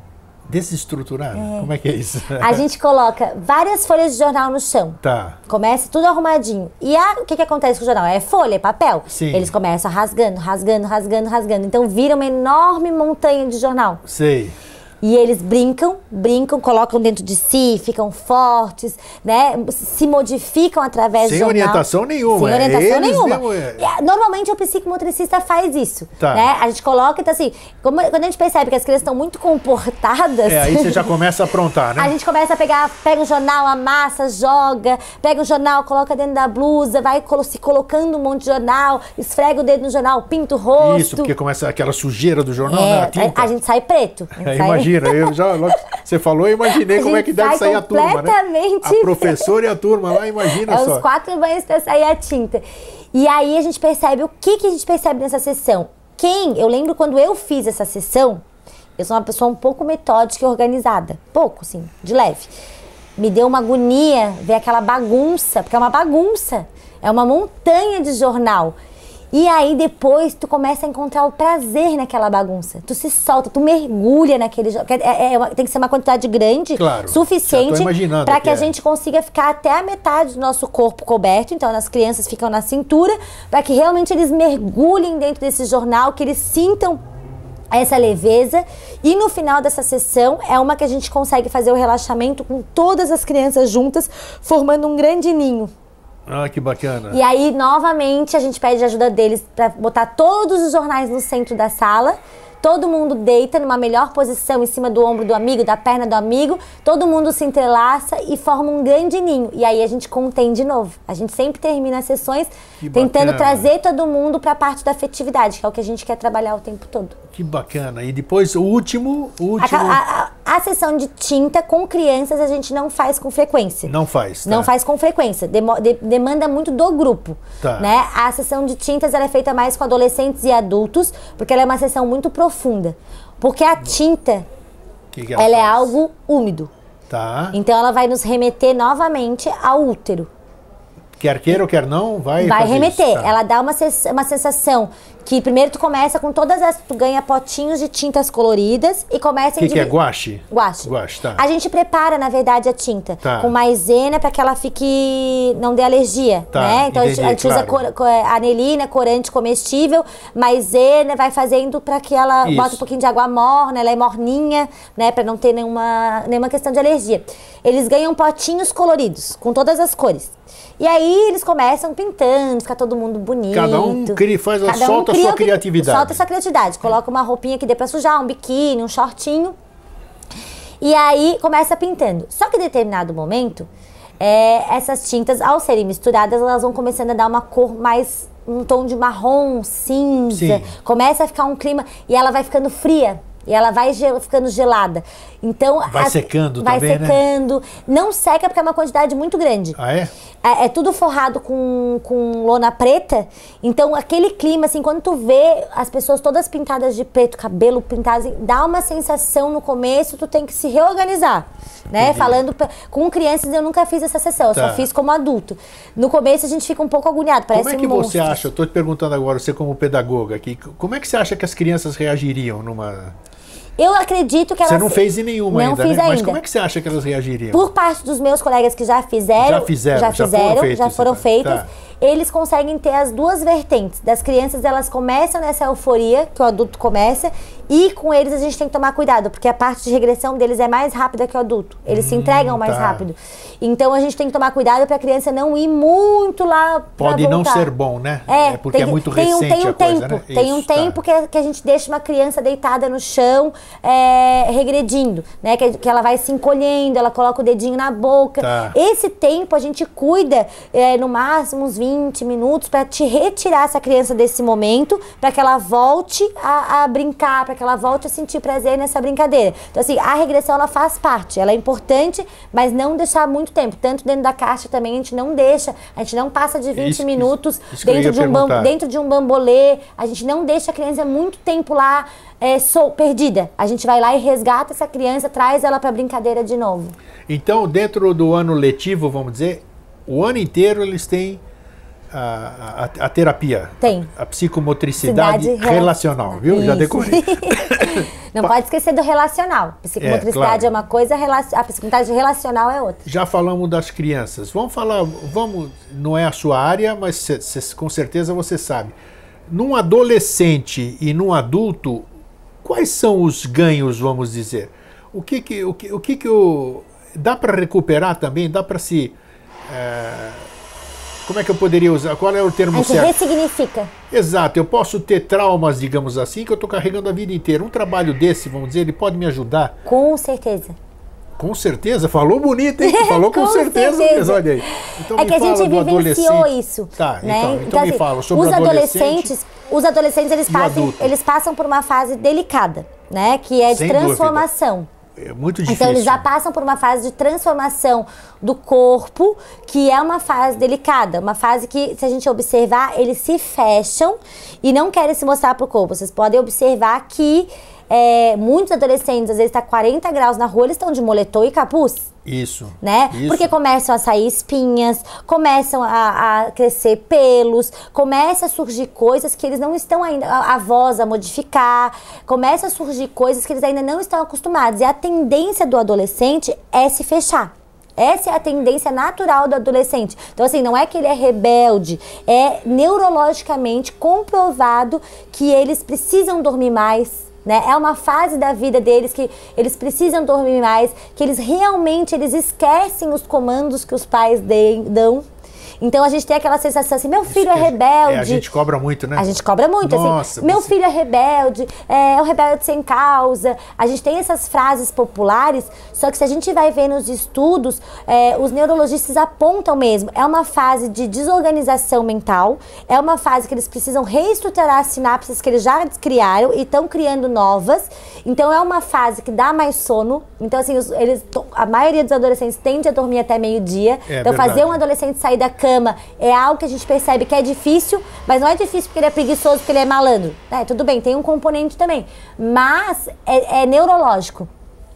Desestruturada? É. Como é que é isso? A gente coloca várias folhas de jornal no chão. Tá. Começa tudo arrumadinho. E a, o que, que acontece com o jornal? É folha, é papel. Sim. Eles começam rasgando, rasgando, rasgando, rasgando. Então vira uma enorme montanha de jornal. Sei. E eles brincam, brincam, colocam dentro de si, ficam fortes, né? Se modificam através Sem do jornal. Sem orientação nenhuma. Sem orientação Eles nenhuma. Mesmo... Normalmente o psicomotricista faz isso. Tá. Né? A gente coloca, então assim, como, quando a gente percebe que as crianças estão muito comportadas... É, aí você já começa a aprontar, né? A gente começa a pegar, pega um jornal, amassa, joga, pega o jornal, coloca dentro da blusa, vai se colocando um monte de jornal, esfrega o dedo no jornal, pinta o rosto. Isso, porque começa aquela sujeira do jornal, é, né? A tinta. A gente sai preto. É, sai... Imagina, eu já, logo, você falou, eu imaginei como é que deve sair a turma, né? A professora e a turma lá, imagina é só. Os quatro banhos para sair a tinta. E aí a gente percebe, o que, que a gente percebe nessa sessão? Quem, eu lembro quando eu fiz essa sessão, eu sou uma pessoa um pouco metódica e organizada. Pouco, assim, de leve. Me deu uma agonia ver aquela bagunça, porque é uma bagunça. É uma montanha de jornal. E aí depois tu começa a encontrar o prazer naquela bagunça. Tu se solta, tu mergulha naquele... É, é, tem que ser uma quantidade grande, claro, suficiente para que, que é. a gente consiga ficar até a metade do nosso corpo coberto. Então as crianças ficam na cintura, para que realmente eles mergulhem dentro desse jornal, que eles sintam essa leveza. E no final dessa sessão é uma que a gente consegue fazer o relaxamento com todas as crianças juntas, formando um grande ninho. Ah, que bacana. E aí, novamente, a gente pede ajuda deles para botar todos os jornais no centro da sala. Todo mundo deita numa melhor posição em cima do ombro do amigo, da perna do amigo. Todo mundo se entrelaça e forma um grande ninho. E aí a gente contém de novo. A gente sempre termina as sessões que tentando bacana. trazer todo mundo para a parte da afetividade, que é o que a gente quer trabalhar o tempo todo. Que bacana. E depois, o último... O último... A, a, a, a sessão de tinta com crianças a gente não faz com frequência. Não faz, tá. Não faz com frequência. Demo, de, demanda muito do grupo. Tá. Né? A sessão de tintas ela é feita mais com adolescentes e adultos, porque ela é uma sessão muito profunda. Porque a tinta, que que ela ela é faz? algo úmido. Tá. Então ela vai nos remeter novamente ao útero. Quer queira ou quer não, vai Vai fazer remeter. Isso, tá. Ela dá uma, uma sensação que primeiro tu começa com todas as... Tu ganha potinhos de tintas coloridas e começa... O que, que é guache? Guache. Guache, tá. A gente prepara, na verdade, a tinta tá. com maisena para que ela fique... Não dê alergia, tá. né? Então Entendi, a gente claro. usa cor, cor, anelina, corante comestível, maisena, vai fazendo para que ela... Isso. Bota um pouquinho de água morna, ela é morninha, né? Para não ter nenhuma, nenhuma questão de alergia. Eles ganham potinhos coloridos, com todas as cores. E aí eles começam pintando, fica todo mundo bonito. Cada um cria, faz a, Cada solta um a sua que, criatividade. Solta a sua criatividade. Coloca uma roupinha que dê pra sujar, um biquíni, um shortinho. E aí começa pintando. Só que em determinado momento, é, essas tintas, ao serem misturadas, elas vão começando a dar uma cor mais... um tom de marrom, cinza. Sim. Começa a ficar um clima... E ela vai ficando fria. E ela vai gel, ficando gelada. Então, vai as, secando vai também, secando. Né? Não seca porque é uma quantidade muito grande. Ah, é? É, é tudo forrado com, com lona preta. Então, aquele clima, assim, quando tu vê as pessoas todas pintadas de preto, cabelo pintado, assim, dá uma sensação no começo, tu tem que se reorganizar. Né? Entendi. Falando com crianças, eu nunca fiz essa sessão, eu tá. só fiz como adulto. No começo, a gente fica um pouco agoniado, parece Como é que um você monstro. acha, eu estou te perguntando agora, você como pedagoga aqui, como é que você acha que as crianças reagiriam numa... Eu acredito que elas... Você não fez em nenhuma não ainda, fiz né? ainda. Mas como é que você acha que elas reagiriam? Por parte dos meus colegas que já fizeram, Já fizeram, já, já fizeram, foram feitos, já foram então. feitas, Tá. eles conseguem ter as duas vertentes. Das crianças, elas começam nessa euforia, que o adulto começa, e com eles a gente tem que tomar cuidado, porque a parte de regressão deles é mais rápida que o adulto. Eles hum, se entregam mais tá. rápido. Então a gente tem que tomar cuidado para a criança não ir muito lá pra Pode voltar. não ser bom, né? É, porque tem, é muito tem, recente tem um a coisa, tempo, né? Tem um Isso, tempo tá. que, que a gente deixa uma criança deitada no chão, é, regredindo, né? Que, que ela vai se encolhendo, ela coloca o dedinho na boca. Tá. Esse tempo a gente cuida, é, no máximo uns vinte minutos, para te retirar essa criança desse momento, para que ela volte a, a brincar, para que ela volte a sentir prazer nessa brincadeira. Então, assim, a regressão ela faz parte, ela é importante, mas não deixar muito tempo. Tanto dentro da caixa também a gente não deixa, a gente não passa de vinte Isso, minutos isso, isso que eu dentro, ia de um bam, perguntar. dentro de um bambolê, a gente não deixa a criança muito tempo lá é, sol, perdida. A gente vai lá e resgata essa criança, traz ela para brincadeira de novo. Então, dentro do ano letivo, vamos dizer, o ano inteiro eles têm a, a, a terapia. Tem. A, a psicomotricidade Cidade relacional, viu? Isso. Já decorei. Não pode esquecer do relacional. Psicomotricidade é, claro. é uma coisa, a psicomotricidade relacional é outra. Já falamos das crianças. Vamos falar, vamos, não é a sua área, mas cê, cê, com certeza você sabe. Num adolescente e num adulto, quais são os ganhos, vamos dizer? O que que o que o que, que o, dá para recuperar também? Dá para se é, como é que eu poderia usar? Qual é o termo certo? A gente ressignifica. Exato, eu posso ter traumas, digamos assim, que eu estou carregando a vida inteira. Um trabalho desse, vamos dizer, ele pode me ajudar? Com certeza. Com certeza, falou bonito, hein? Falou com, com certeza, certeza. Olha aí. Então, é que a gente vivenciou isso. Tá, né? então, então, então me assim, fala sobre os adolescentes. Os adolescentes, eles passam, eles passam por uma fase delicada, né? Que é de Sem transformação. Dúvida. É muito difícil. Então eles já passam por uma fase de transformação do corpo, que é uma fase delicada, uma fase que, se a gente observar, eles se fecham e não querem se mostrar para o corpo. Vocês podem observar que é, muitos adolescentes, às vezes está quarenta graus na rua, eles estão de moletom e capuz. Isso. Né? Isso. Porque começam a sair espinhas, começam a, a crescer pelos, começa a surgir coisas que eles não estão ainda, a, a voz a modificar, começa a surgir coisas que eles ainda não estão acostumados. E a tendência do adolescente é se fechar. Essa é a tendência natural do adolescente. Então, assim, não é que ele é rebelde, é neurologicamente comprovado que eles precisam dormir mais. Né? É uma fase da vida deles que eles precisam dormir mais, que eles realmente eles esquecem os comandos que os pais de, dão. Então a gente tem aquela sensação assim, meu filho é rebelde. É, a gente cobra muito, né? A gente cobra muito, Nossa, assim, meu você... filho é rebelde, é, é um rebelde sem causa. A gente tem essas frases populares, só que se a gente vai ver nos estudos, é, os neurologistas apontam mesmo, é uma fase de desorganização mental, é uma fase que eles precisam reestruturar as sinapses que eles já criaram e estão criando novas. Então é uma fase que dá mais sono. Então assim, os, eles, a maioria dos adolescentes tende a dormir até meio-dia. É, então verdade. Fazer um adolescente sair da cama é algo que a gente percebe que é difícil, mas não é difícil porque ele é preguiçoso, porque ele é malandro. É, tudo bem, tem um componente também, mas é, é neurológico.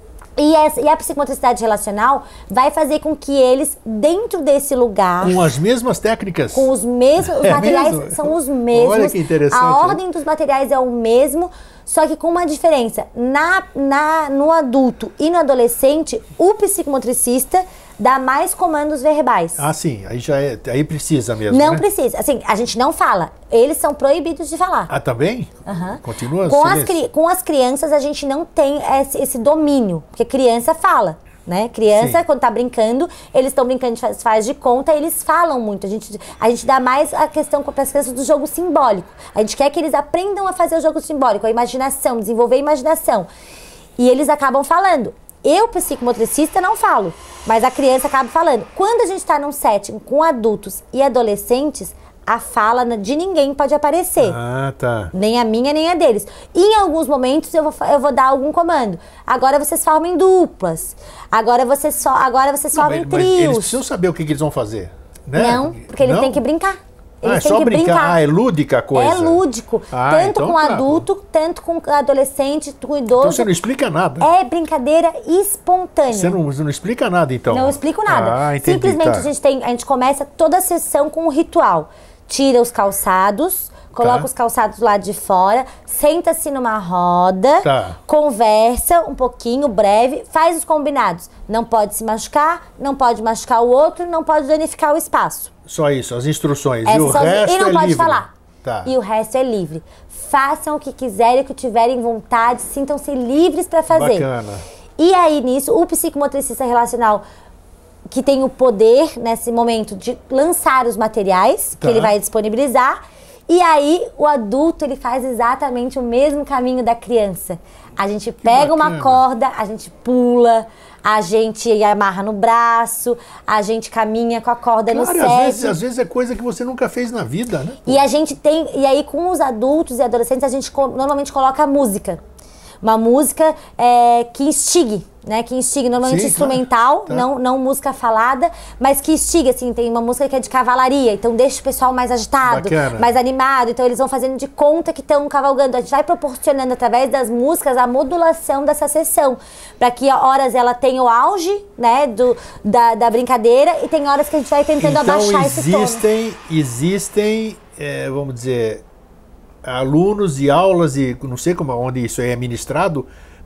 E, essa, e a psicomotricidade relacional vai fazer com que eles, dentro desse lugar... Com as mesmas técnicas? Com os mesmos... Os é materiais mesmo? são os mesmos. Olha que interessante. A ordem dos materiais é o mesmo, só que com uma diferença. Na, na, no adulto e no adolescente, o psicomotricista dá mais comandos verbais. Ah, sim. Aí já é, aí precisa mesmo, Não né? precisa. Assim, a gente não fala. Eles são proibidos de falar. Ah, também? Uhum. Continua com assim? as, cri com as crianças, a gente não tem esse, esse domínio. Porque criança fala, né? Criança, sim. Quando tá brincando, eles estão brincando de faz, faz de conta, eles falam muito. A gente, a gente dá mais a questão para as crianças do jogo simbólico. A gente quer que eles aprendam a fazer o jogo simbólico, a imaginação, desenvolver a imaginação. E eles acabam falando. Eu, psicomotricista, não falo, mas a criança acaba falando. Quando a gente está num setting com adultos e adolescentes, a fala de ninguém pode aparecer. Ah, tá. Nem a minha, nem a deles. E em alguns momentos eu vou, eu vou dar algum comando. Agora vocês formem duplas. Agora vocês, so, agora vocês não, formem mas, trios. Mas eles precisam saber o que, que eles vão fazer, né? Não, porque eles não? têm que brincar. Eles ah, é têm só que brincar. brincar. Ah, é lúdica a coisa. É lúdico. Ah, tanto então com tá. adulto, tanto com adolescente, com idoso. Então você não explica nada. É brincadeira espontânea. Você não, você não explica nada, então? Não explico nada. Ah, entendi, Simplesmente tá. a gente tem, a gente começa toda a sessão com um ritual. Tira os calçados, coloca tá. os calçados lá de fora, senta-se numa roda, tá. conversa um pouquinho, breve, faz os combinados. Não pode se machucar, não pode machucar o outro, não pode danificar o espaço. Só isso, as instruções. Essa e o só, resto e não é pode livre. falar. Tá. E o resto é livre. Façam o que quiserem, o que tiverem vontade, sintam-se livres para fazer. Bacana. E aí, nisso, o psicomotricista relacional, que tem o poder, nesse momento, de lançar os materiais, tá. que ele vai disponibilizar. E aí, o adulto, ele faz exatamente o mesmo caminho da criança. A gente pega uma corda, a gente pula, a gente amarra no braço, a gente caminha com a corda claro, no set. Às vezes, às vezes é coisa que você nunca fez na vida, né? E a gente tem, e aí com os adultos e adolescentes, a gente co normalmente coloca música. Uma música é, que instigue, né? Que instigue, normalmente Sim, instrumental, claro. Tá. não, não música falada, mas que instiga, assim, tem uma música que é de cavalaria, então deixa o pessoal mais agitado, Bacana. mais animado, então eles vão fazendo de conta que estão cavalgando. A gente vai proporcionando através das músicas a modulação dessa sessão, para que horas ela tenha o auge, né, do, da, da brincadeira, e tem horas que a gente vai tentando então, abaixar esse tom. Existem, existem, é, vamos dizer, alunos e aulas, e não sei como, onde isso é ministrado,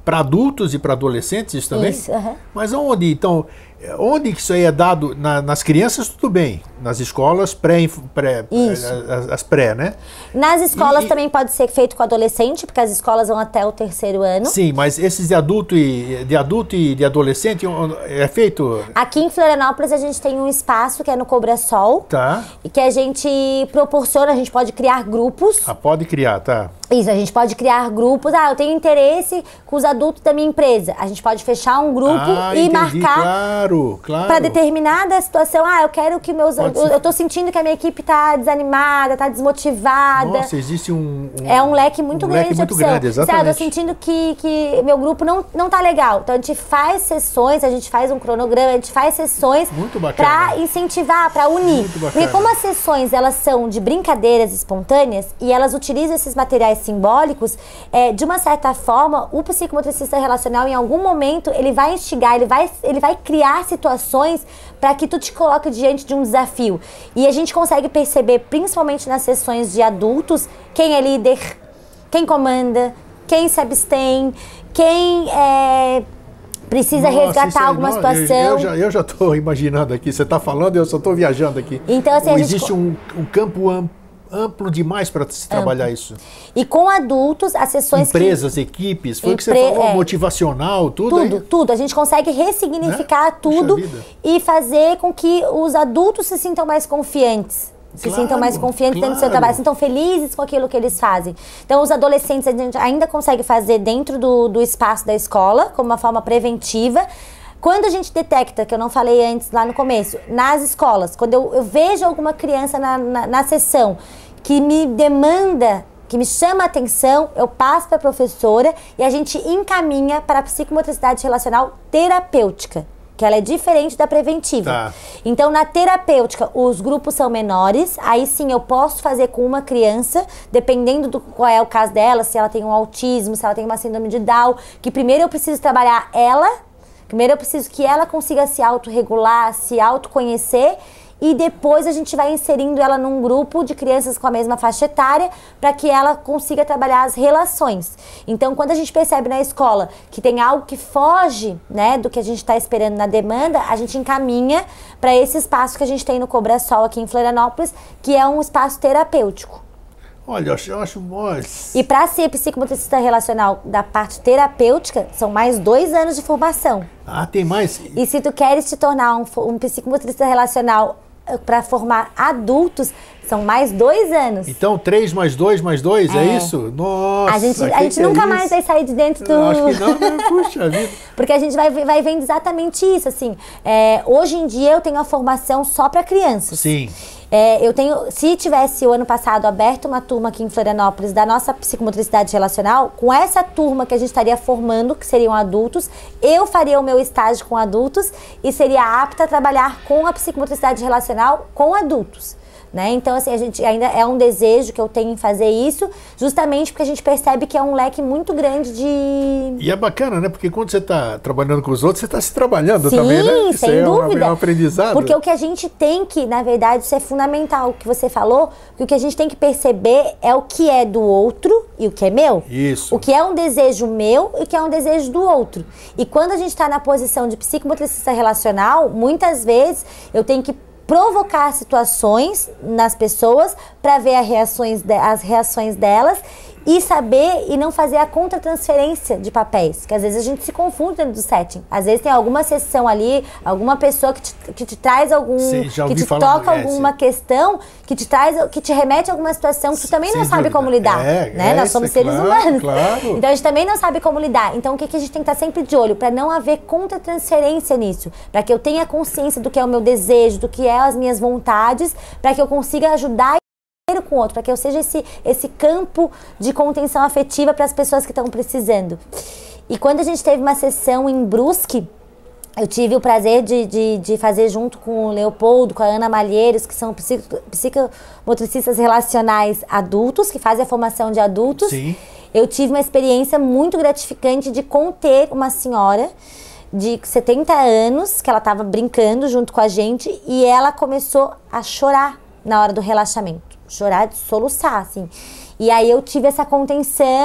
para adultos e para adolescentes isso também? Isso, uhum. Mas onde, então, onde que isso aí é dado? Na, nas crianças, tudo bem. Nas escolas, pré, pré, as, as pré, né? Nas escolas e, também pode ser feito com adolescente, porque as escolas vão até o terceiro ano. Sim, mas esses de adulto e de, adulto e de adolescente é feito... Aqui em Florianópolis a gente tem um espaço que é no Cobrasol. Tá. E que a gente proporciona, a gente pode criar grupos. Ah, pode criar, tá. Isso, a gente pode criar grupos. Ah, eu tenho interesse com os adultos da minha empresa. A gente pode fechar um grupo ah, e entendi, marcar claro, claro. para determinada situação. Ah, eu quero que meus... Eu, eu tô sentindo que a minha equipe tá desanimada, tá desmotivada. Nossa, existe um... um é um leque muito um grande leque de muito opção. grande, exatamente. Sabe, eu tô sentindo que, que meu grupo não, não tá legal. Então a gente faz sessões, a gente faz um cronograma, a gente faz sessões para incentivar, para unir. Muito bacana. Porque como as sessões, elas são de brincadeiras espontâneas e elas utilizam esses materiais simbólicos, é, de uma certa forma, o psicomotricista relacional, em algum momento, ele vai instigar, ele vai, ele vai criar situações para que tu te coloque diante de um desafio. E a gente consegue perceber, principalmente nas sessões de adultos, quem é líder, quem comanda, quem se abstém, quem é, precisa Nossa, resgatar aí, alguma não, situação. Eu já estou imaginando aqui, você está falando, eu só estou viajando aqui. Então, assim, Ou a existe gente... um, um campo amplo. amplo demais para se trabalhar amplo. isso. E com adultos, as sessões... Empresas, que... equipes, foi o Empre... que você falou, é. motivacional, tudo Tudo, aí. tudo. A gente consegue ressignificar, né? Tudo e fazer com que os adultos se sintam mais confiantes. Se claro, sintam mais confiantes claro. dentro do seu trabalho, se sintam felizes com aquilo que eles fazem. Então, os adolescentes a gente ainda consegue fazer dentro do, do espaço da escola, como uma forma preventiva. Quando a gente detecta, que eu não falei antes lá no começo, nas escolas, quando eu, eu vejo alguma criança na, na, na sessão que me demanda, que me chama a atenção, eu passo para a professora e a gente encaminha para a psicomotricidade relacional terapêutica, que ela é diferente da preventiva. Tá. Então, na terapêutica, os grupos são menores, aí sim eu posso fazer com uma criança, dependendo do qual é o caso dela, se ela tem um autismo, se ela tem uma síndrome de Down, que primeiro eu preciso trabalhar ela, primeiro eu preciso que ela consiga se autorregular, se autoconhecer, e depois a gente vai inserindo ela num grupo de crianças com a mesma faixa etária para que ela consiga trabalhar as relações. Então, quando a gente percebe na escola que tem algo que foge, né, do que a gente está esperando na demanda, a gente encaminha para esse espaço que a gente tem no Cobrasol aqui em Florianópolis, que é um espaço terapêutico. Olha, eu acho, eu acho mais... E para ser psicomotricista relacional da parte terapêutica, são mais dois anos de formação. Ah, tem mais? E se tu queres te tornar um, um psicomotricista relacional para formar adultos, são mais dois anos. Então, três mais dois mais dois, é, é isso? Nossa! A gente, a gente nunca é mais vai sair de dentro do... Eu acho que não, não, puxa vida. Porque a gente vai, vai vendo exatamente isso, assim. É, hoje em dia eu tenho a formação só para crianças. Sim. É, eu tenho, se tivesse o ano passado aberto uma turma aqui em Florianópolis da nossa psicomotricidade relacional, com essa turma que a gente estaria formando, que seriam adultos, eu faria o meu estágio com adultos e seria apta a trabalhar com a psicomotricidade relacional com adultos. Né? Então, assim, a gente ainda é um desejo que eu tenho em fazer isso, justamente porque a gente percebe que é um leque muito grande de... E é bacana, né? Porque quando você está trabalhando com os outros, você está se trabalhando Sim, também, né? Sim, sem é dúvida. É um aprendizado. Porque o que a gente tem que, na verdade, isso é fundamental, o que você falou, que o que a gente tem que perceber é o que é do outro e o que é meu. Isso. O que é um desejo meu e o que é um desejo do outro. E quando a gente está na posição de psicomotricista relacional, muitas vezes eu tenho que provocar situações nas pessoas para ver as reações, de, as reações delas e saber e não fazer a contratransferência de papéis, que às vezes a gente se confunde dentro do setting. Às vezes tem alguma sessão ali, alguma pessoa que te, que te traz algum, Sim, que te toca alguma questão, que te traz, que te remete a alguma situação que tu também Sem não sabe dúvida. como lidar, é, né? É, Nós somos seres claro, humanos. Claro. Então a gente também não sabe como lidar. Então o que, que a gente tem que estar sempre de olho para não haver contratransferência nisso, para que eu tenha consciência do que é o meu desejo, do que é as minhas vontades, para que eu consiga ajudar com o outro, para que eu seja esse, esse campo de contenção afetiva para as pessoas que estão precisando. E quando a gente teve uma sessão em Brusque, eu tive o prazer de, de, de fazer junto com o Leopoldo, com a Ana Malheiros, que são psico, psicomotricistas relacionais adultos, que fazem a formação de adultos. Sim. Eu tive uma experiência muito gratificante de conter uma senhora de setenta anos, que ela estava brincando junto com a gente, e ela começou a chorar na hora do relaxamento. Chorar, de soluçar, assim. E aí eu tive essa contenção,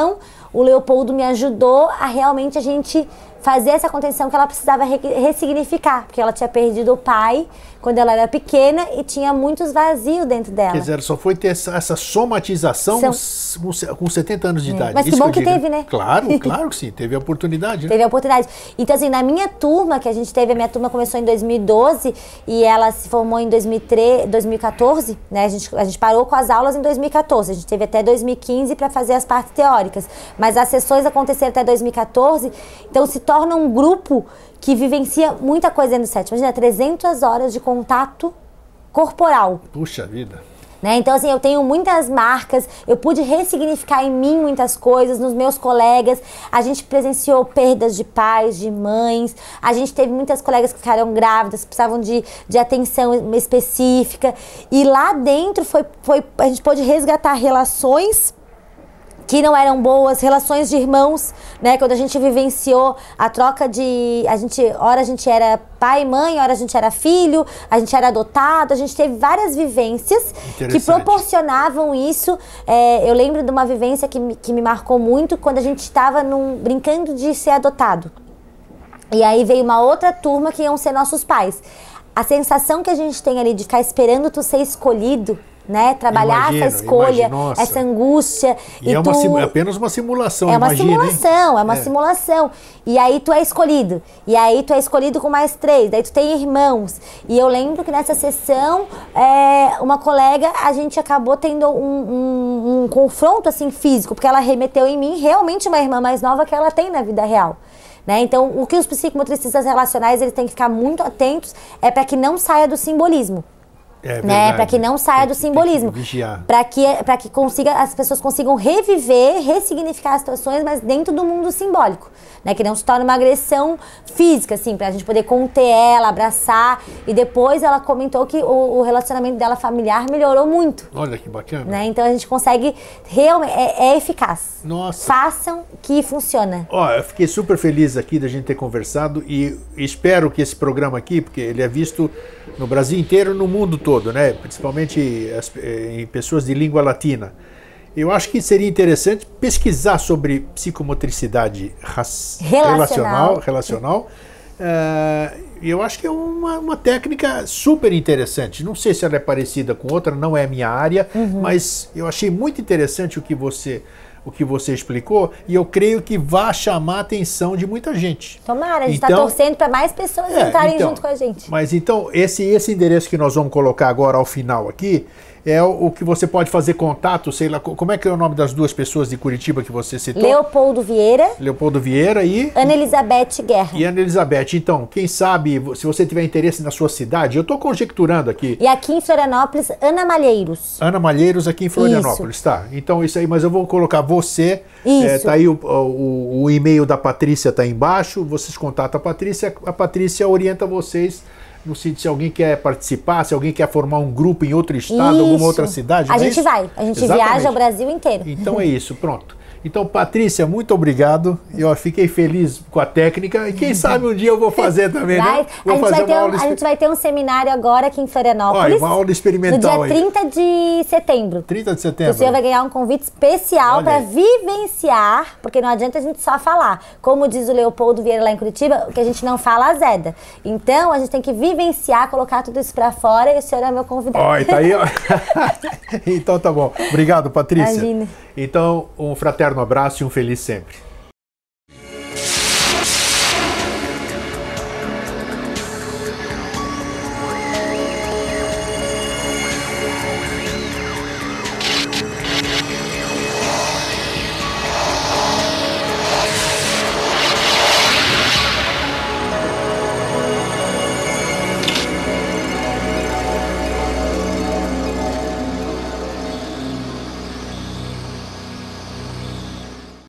o Leopoldo me ajudou a realmente a gente fazer essa contenção que ela precisava re ressignificar, porque ela tinha perdido o pai quando ela era pequena e tinha muitos vazios dentro dela. Quer dizer, ela só foi ter essa, essa somatização São... com setenta anos de é. idade. Mas que Isso bom que, que teve, né? Claro, claro que sim, teve a oportunidade. Né? Teve a oportunidade. Então, assim, na minha turma, que a gente teve, a minha turma começou em dois mil e doze e ela se formou em dois mil e treze, dois mil e quatorze, né? A gente, a gente parou com as aulas em dois mil e quatorze, a gente teve até dois mil e quinze para fazer as partes teóricas, mas as sessões aconteceram até dois mil e quatorze, então se torna um grupo que vivencia muita coisa dentro do set. Imagina, trezentas horas de contato corporal. Puxa vida. Né? Então, assim, eu tenho muitas marcas, eu pude ressignificar em mim muitas coisas, nos meus colegas. A gente presenciou perdas de pais, de mães. A gente teve muitas colegas que ficaram grávidas, precisavam de, de atenção específica. E lá dentro foi, foi, a gente pôde resgatar relações que não eram boas, relações de irmãos, né? Quando a gente vivenciou a troca de... A gente, ora a gente era pai e mãe, ora a gente era filho, a gente era adotado, a gente teve várias vivências que proporcionavam isso. É, eu lembro de uma vivência que me, que me marcou muito, quando a gente estava num, brincando de ser adotado. E aí veio uma outra turma que iam ser nossos pais. A sensação que a gente tem ali de ficar esperando tu ser escolhido, né? Trabalhar imagino, essa escolha, imagino, essa angústia. E, e é, tu... uma, é apenas uma simulação, É uma imagina, simulação, hein? é uma é. simulação. E aí tu é escolhido. E aí tu é escolhido com mais três. Daí tu tem irmãos. E eu lembro que nessa sessão, é, uma colega, a gente acabou tendo um, um, um confronto assim físico, porque ela remeteu em mim realmente uma irmã mais nova que ela tem na vida real. Né? Então, o que os psicomotricistas relacionais eles têm que ficar muito atentos é para que não saia do simbolismo. É né? Para que não saia do simbolismo. Para que, para que consiga, as pessoas consigam reviver, ressignificar as situações, mas dentro do mundo simbólico. Né? Que não se torne uma agressão física, assim, para a gente poder conter ela, abraçar. E depois ela comentou que o, o relacionamento dela familiar melhorou muito. Olha que bacana. Né? Então a gente consegue realmente. É, é eficaz. Nossa. Façam que funciona. Ó, eu fiquei super feliz aqui da gente ter conversado e espero que esse programa aqui, porque ele é visto no Brasil inteiro, no mundo todo, né? Principalmente as, em pessoas de língua latina. Eu acho que seria interessante pesquisar sobre psicomotricidade relacional. relacional, relacional. Uh, eu acho que é uma, uma técnica super interessante. Não sei se ela é parecida com outra, não é a minha área, uhum. mas eu achei muito interessante o que você... o que você explicou, e eu creio que vai chamar a atenção de muita gente. Tomara, a gente está então, torcendo para mais pessoas é, entrarem então, junto com a gente. Mas então, esse, esse endereço que nós vamos colocar agora ao final aqui, é o, o que você pode fazer contato, sei lá, como é que é o nome das duas pessoas de Curitiba que você citou? Leopoldo Vieira. Leopoldo Vieira e... Ana Elizabeth Guerra. E Ana Elizabeth. Então, quem sabe, se você tiver interesse na sua cidade, eu estou conjecturando aqui. E aqui em Florianópolis, Ana Malheiros. Ana Malheiros aqui em Florianópolis, isso. Tá. Então, isso aí, mas eu vou colocar você. Isso. É, tá aí o, o, o e-mail da Patrícia tá aí embaixo, vocês contatam a Patrícia, a Patrícia orienta vocês no sentido se alguém quer participar, se alguém quer formar um grupo em outro estado, isso. alguma outra cidade. A gente isso? vai, a gente Exatamente. viaja o Brasil inteiro. Então é isso, pronto. Então, Patrícia, muito obrigado. Eu fiquei feliz com a técnica e quem sabe um dia eu vou fazer também, vai, né? Vou a, gente fazer vai ter uma um, aula a gente vai ter um seminário agora aqui em Florianópolis. Olha, uma aula experimental no dia trinta de setembro. trinta de setembro. Você vai ganhar um convite especial para vivenciar, porque não adianta a gente só falar. Como diz o Leopoldo Vieira lá em Curitiba, o que a gente não fala azeda. Então, a gente tem que vivenciar, colocar tudo isso para fora e o senhor é meu convidado. Ó, tá aí, ó. Então tá bom. Obrigado, Patrícia. Imagina. Então, um fraterno abraço e um feliz sempre.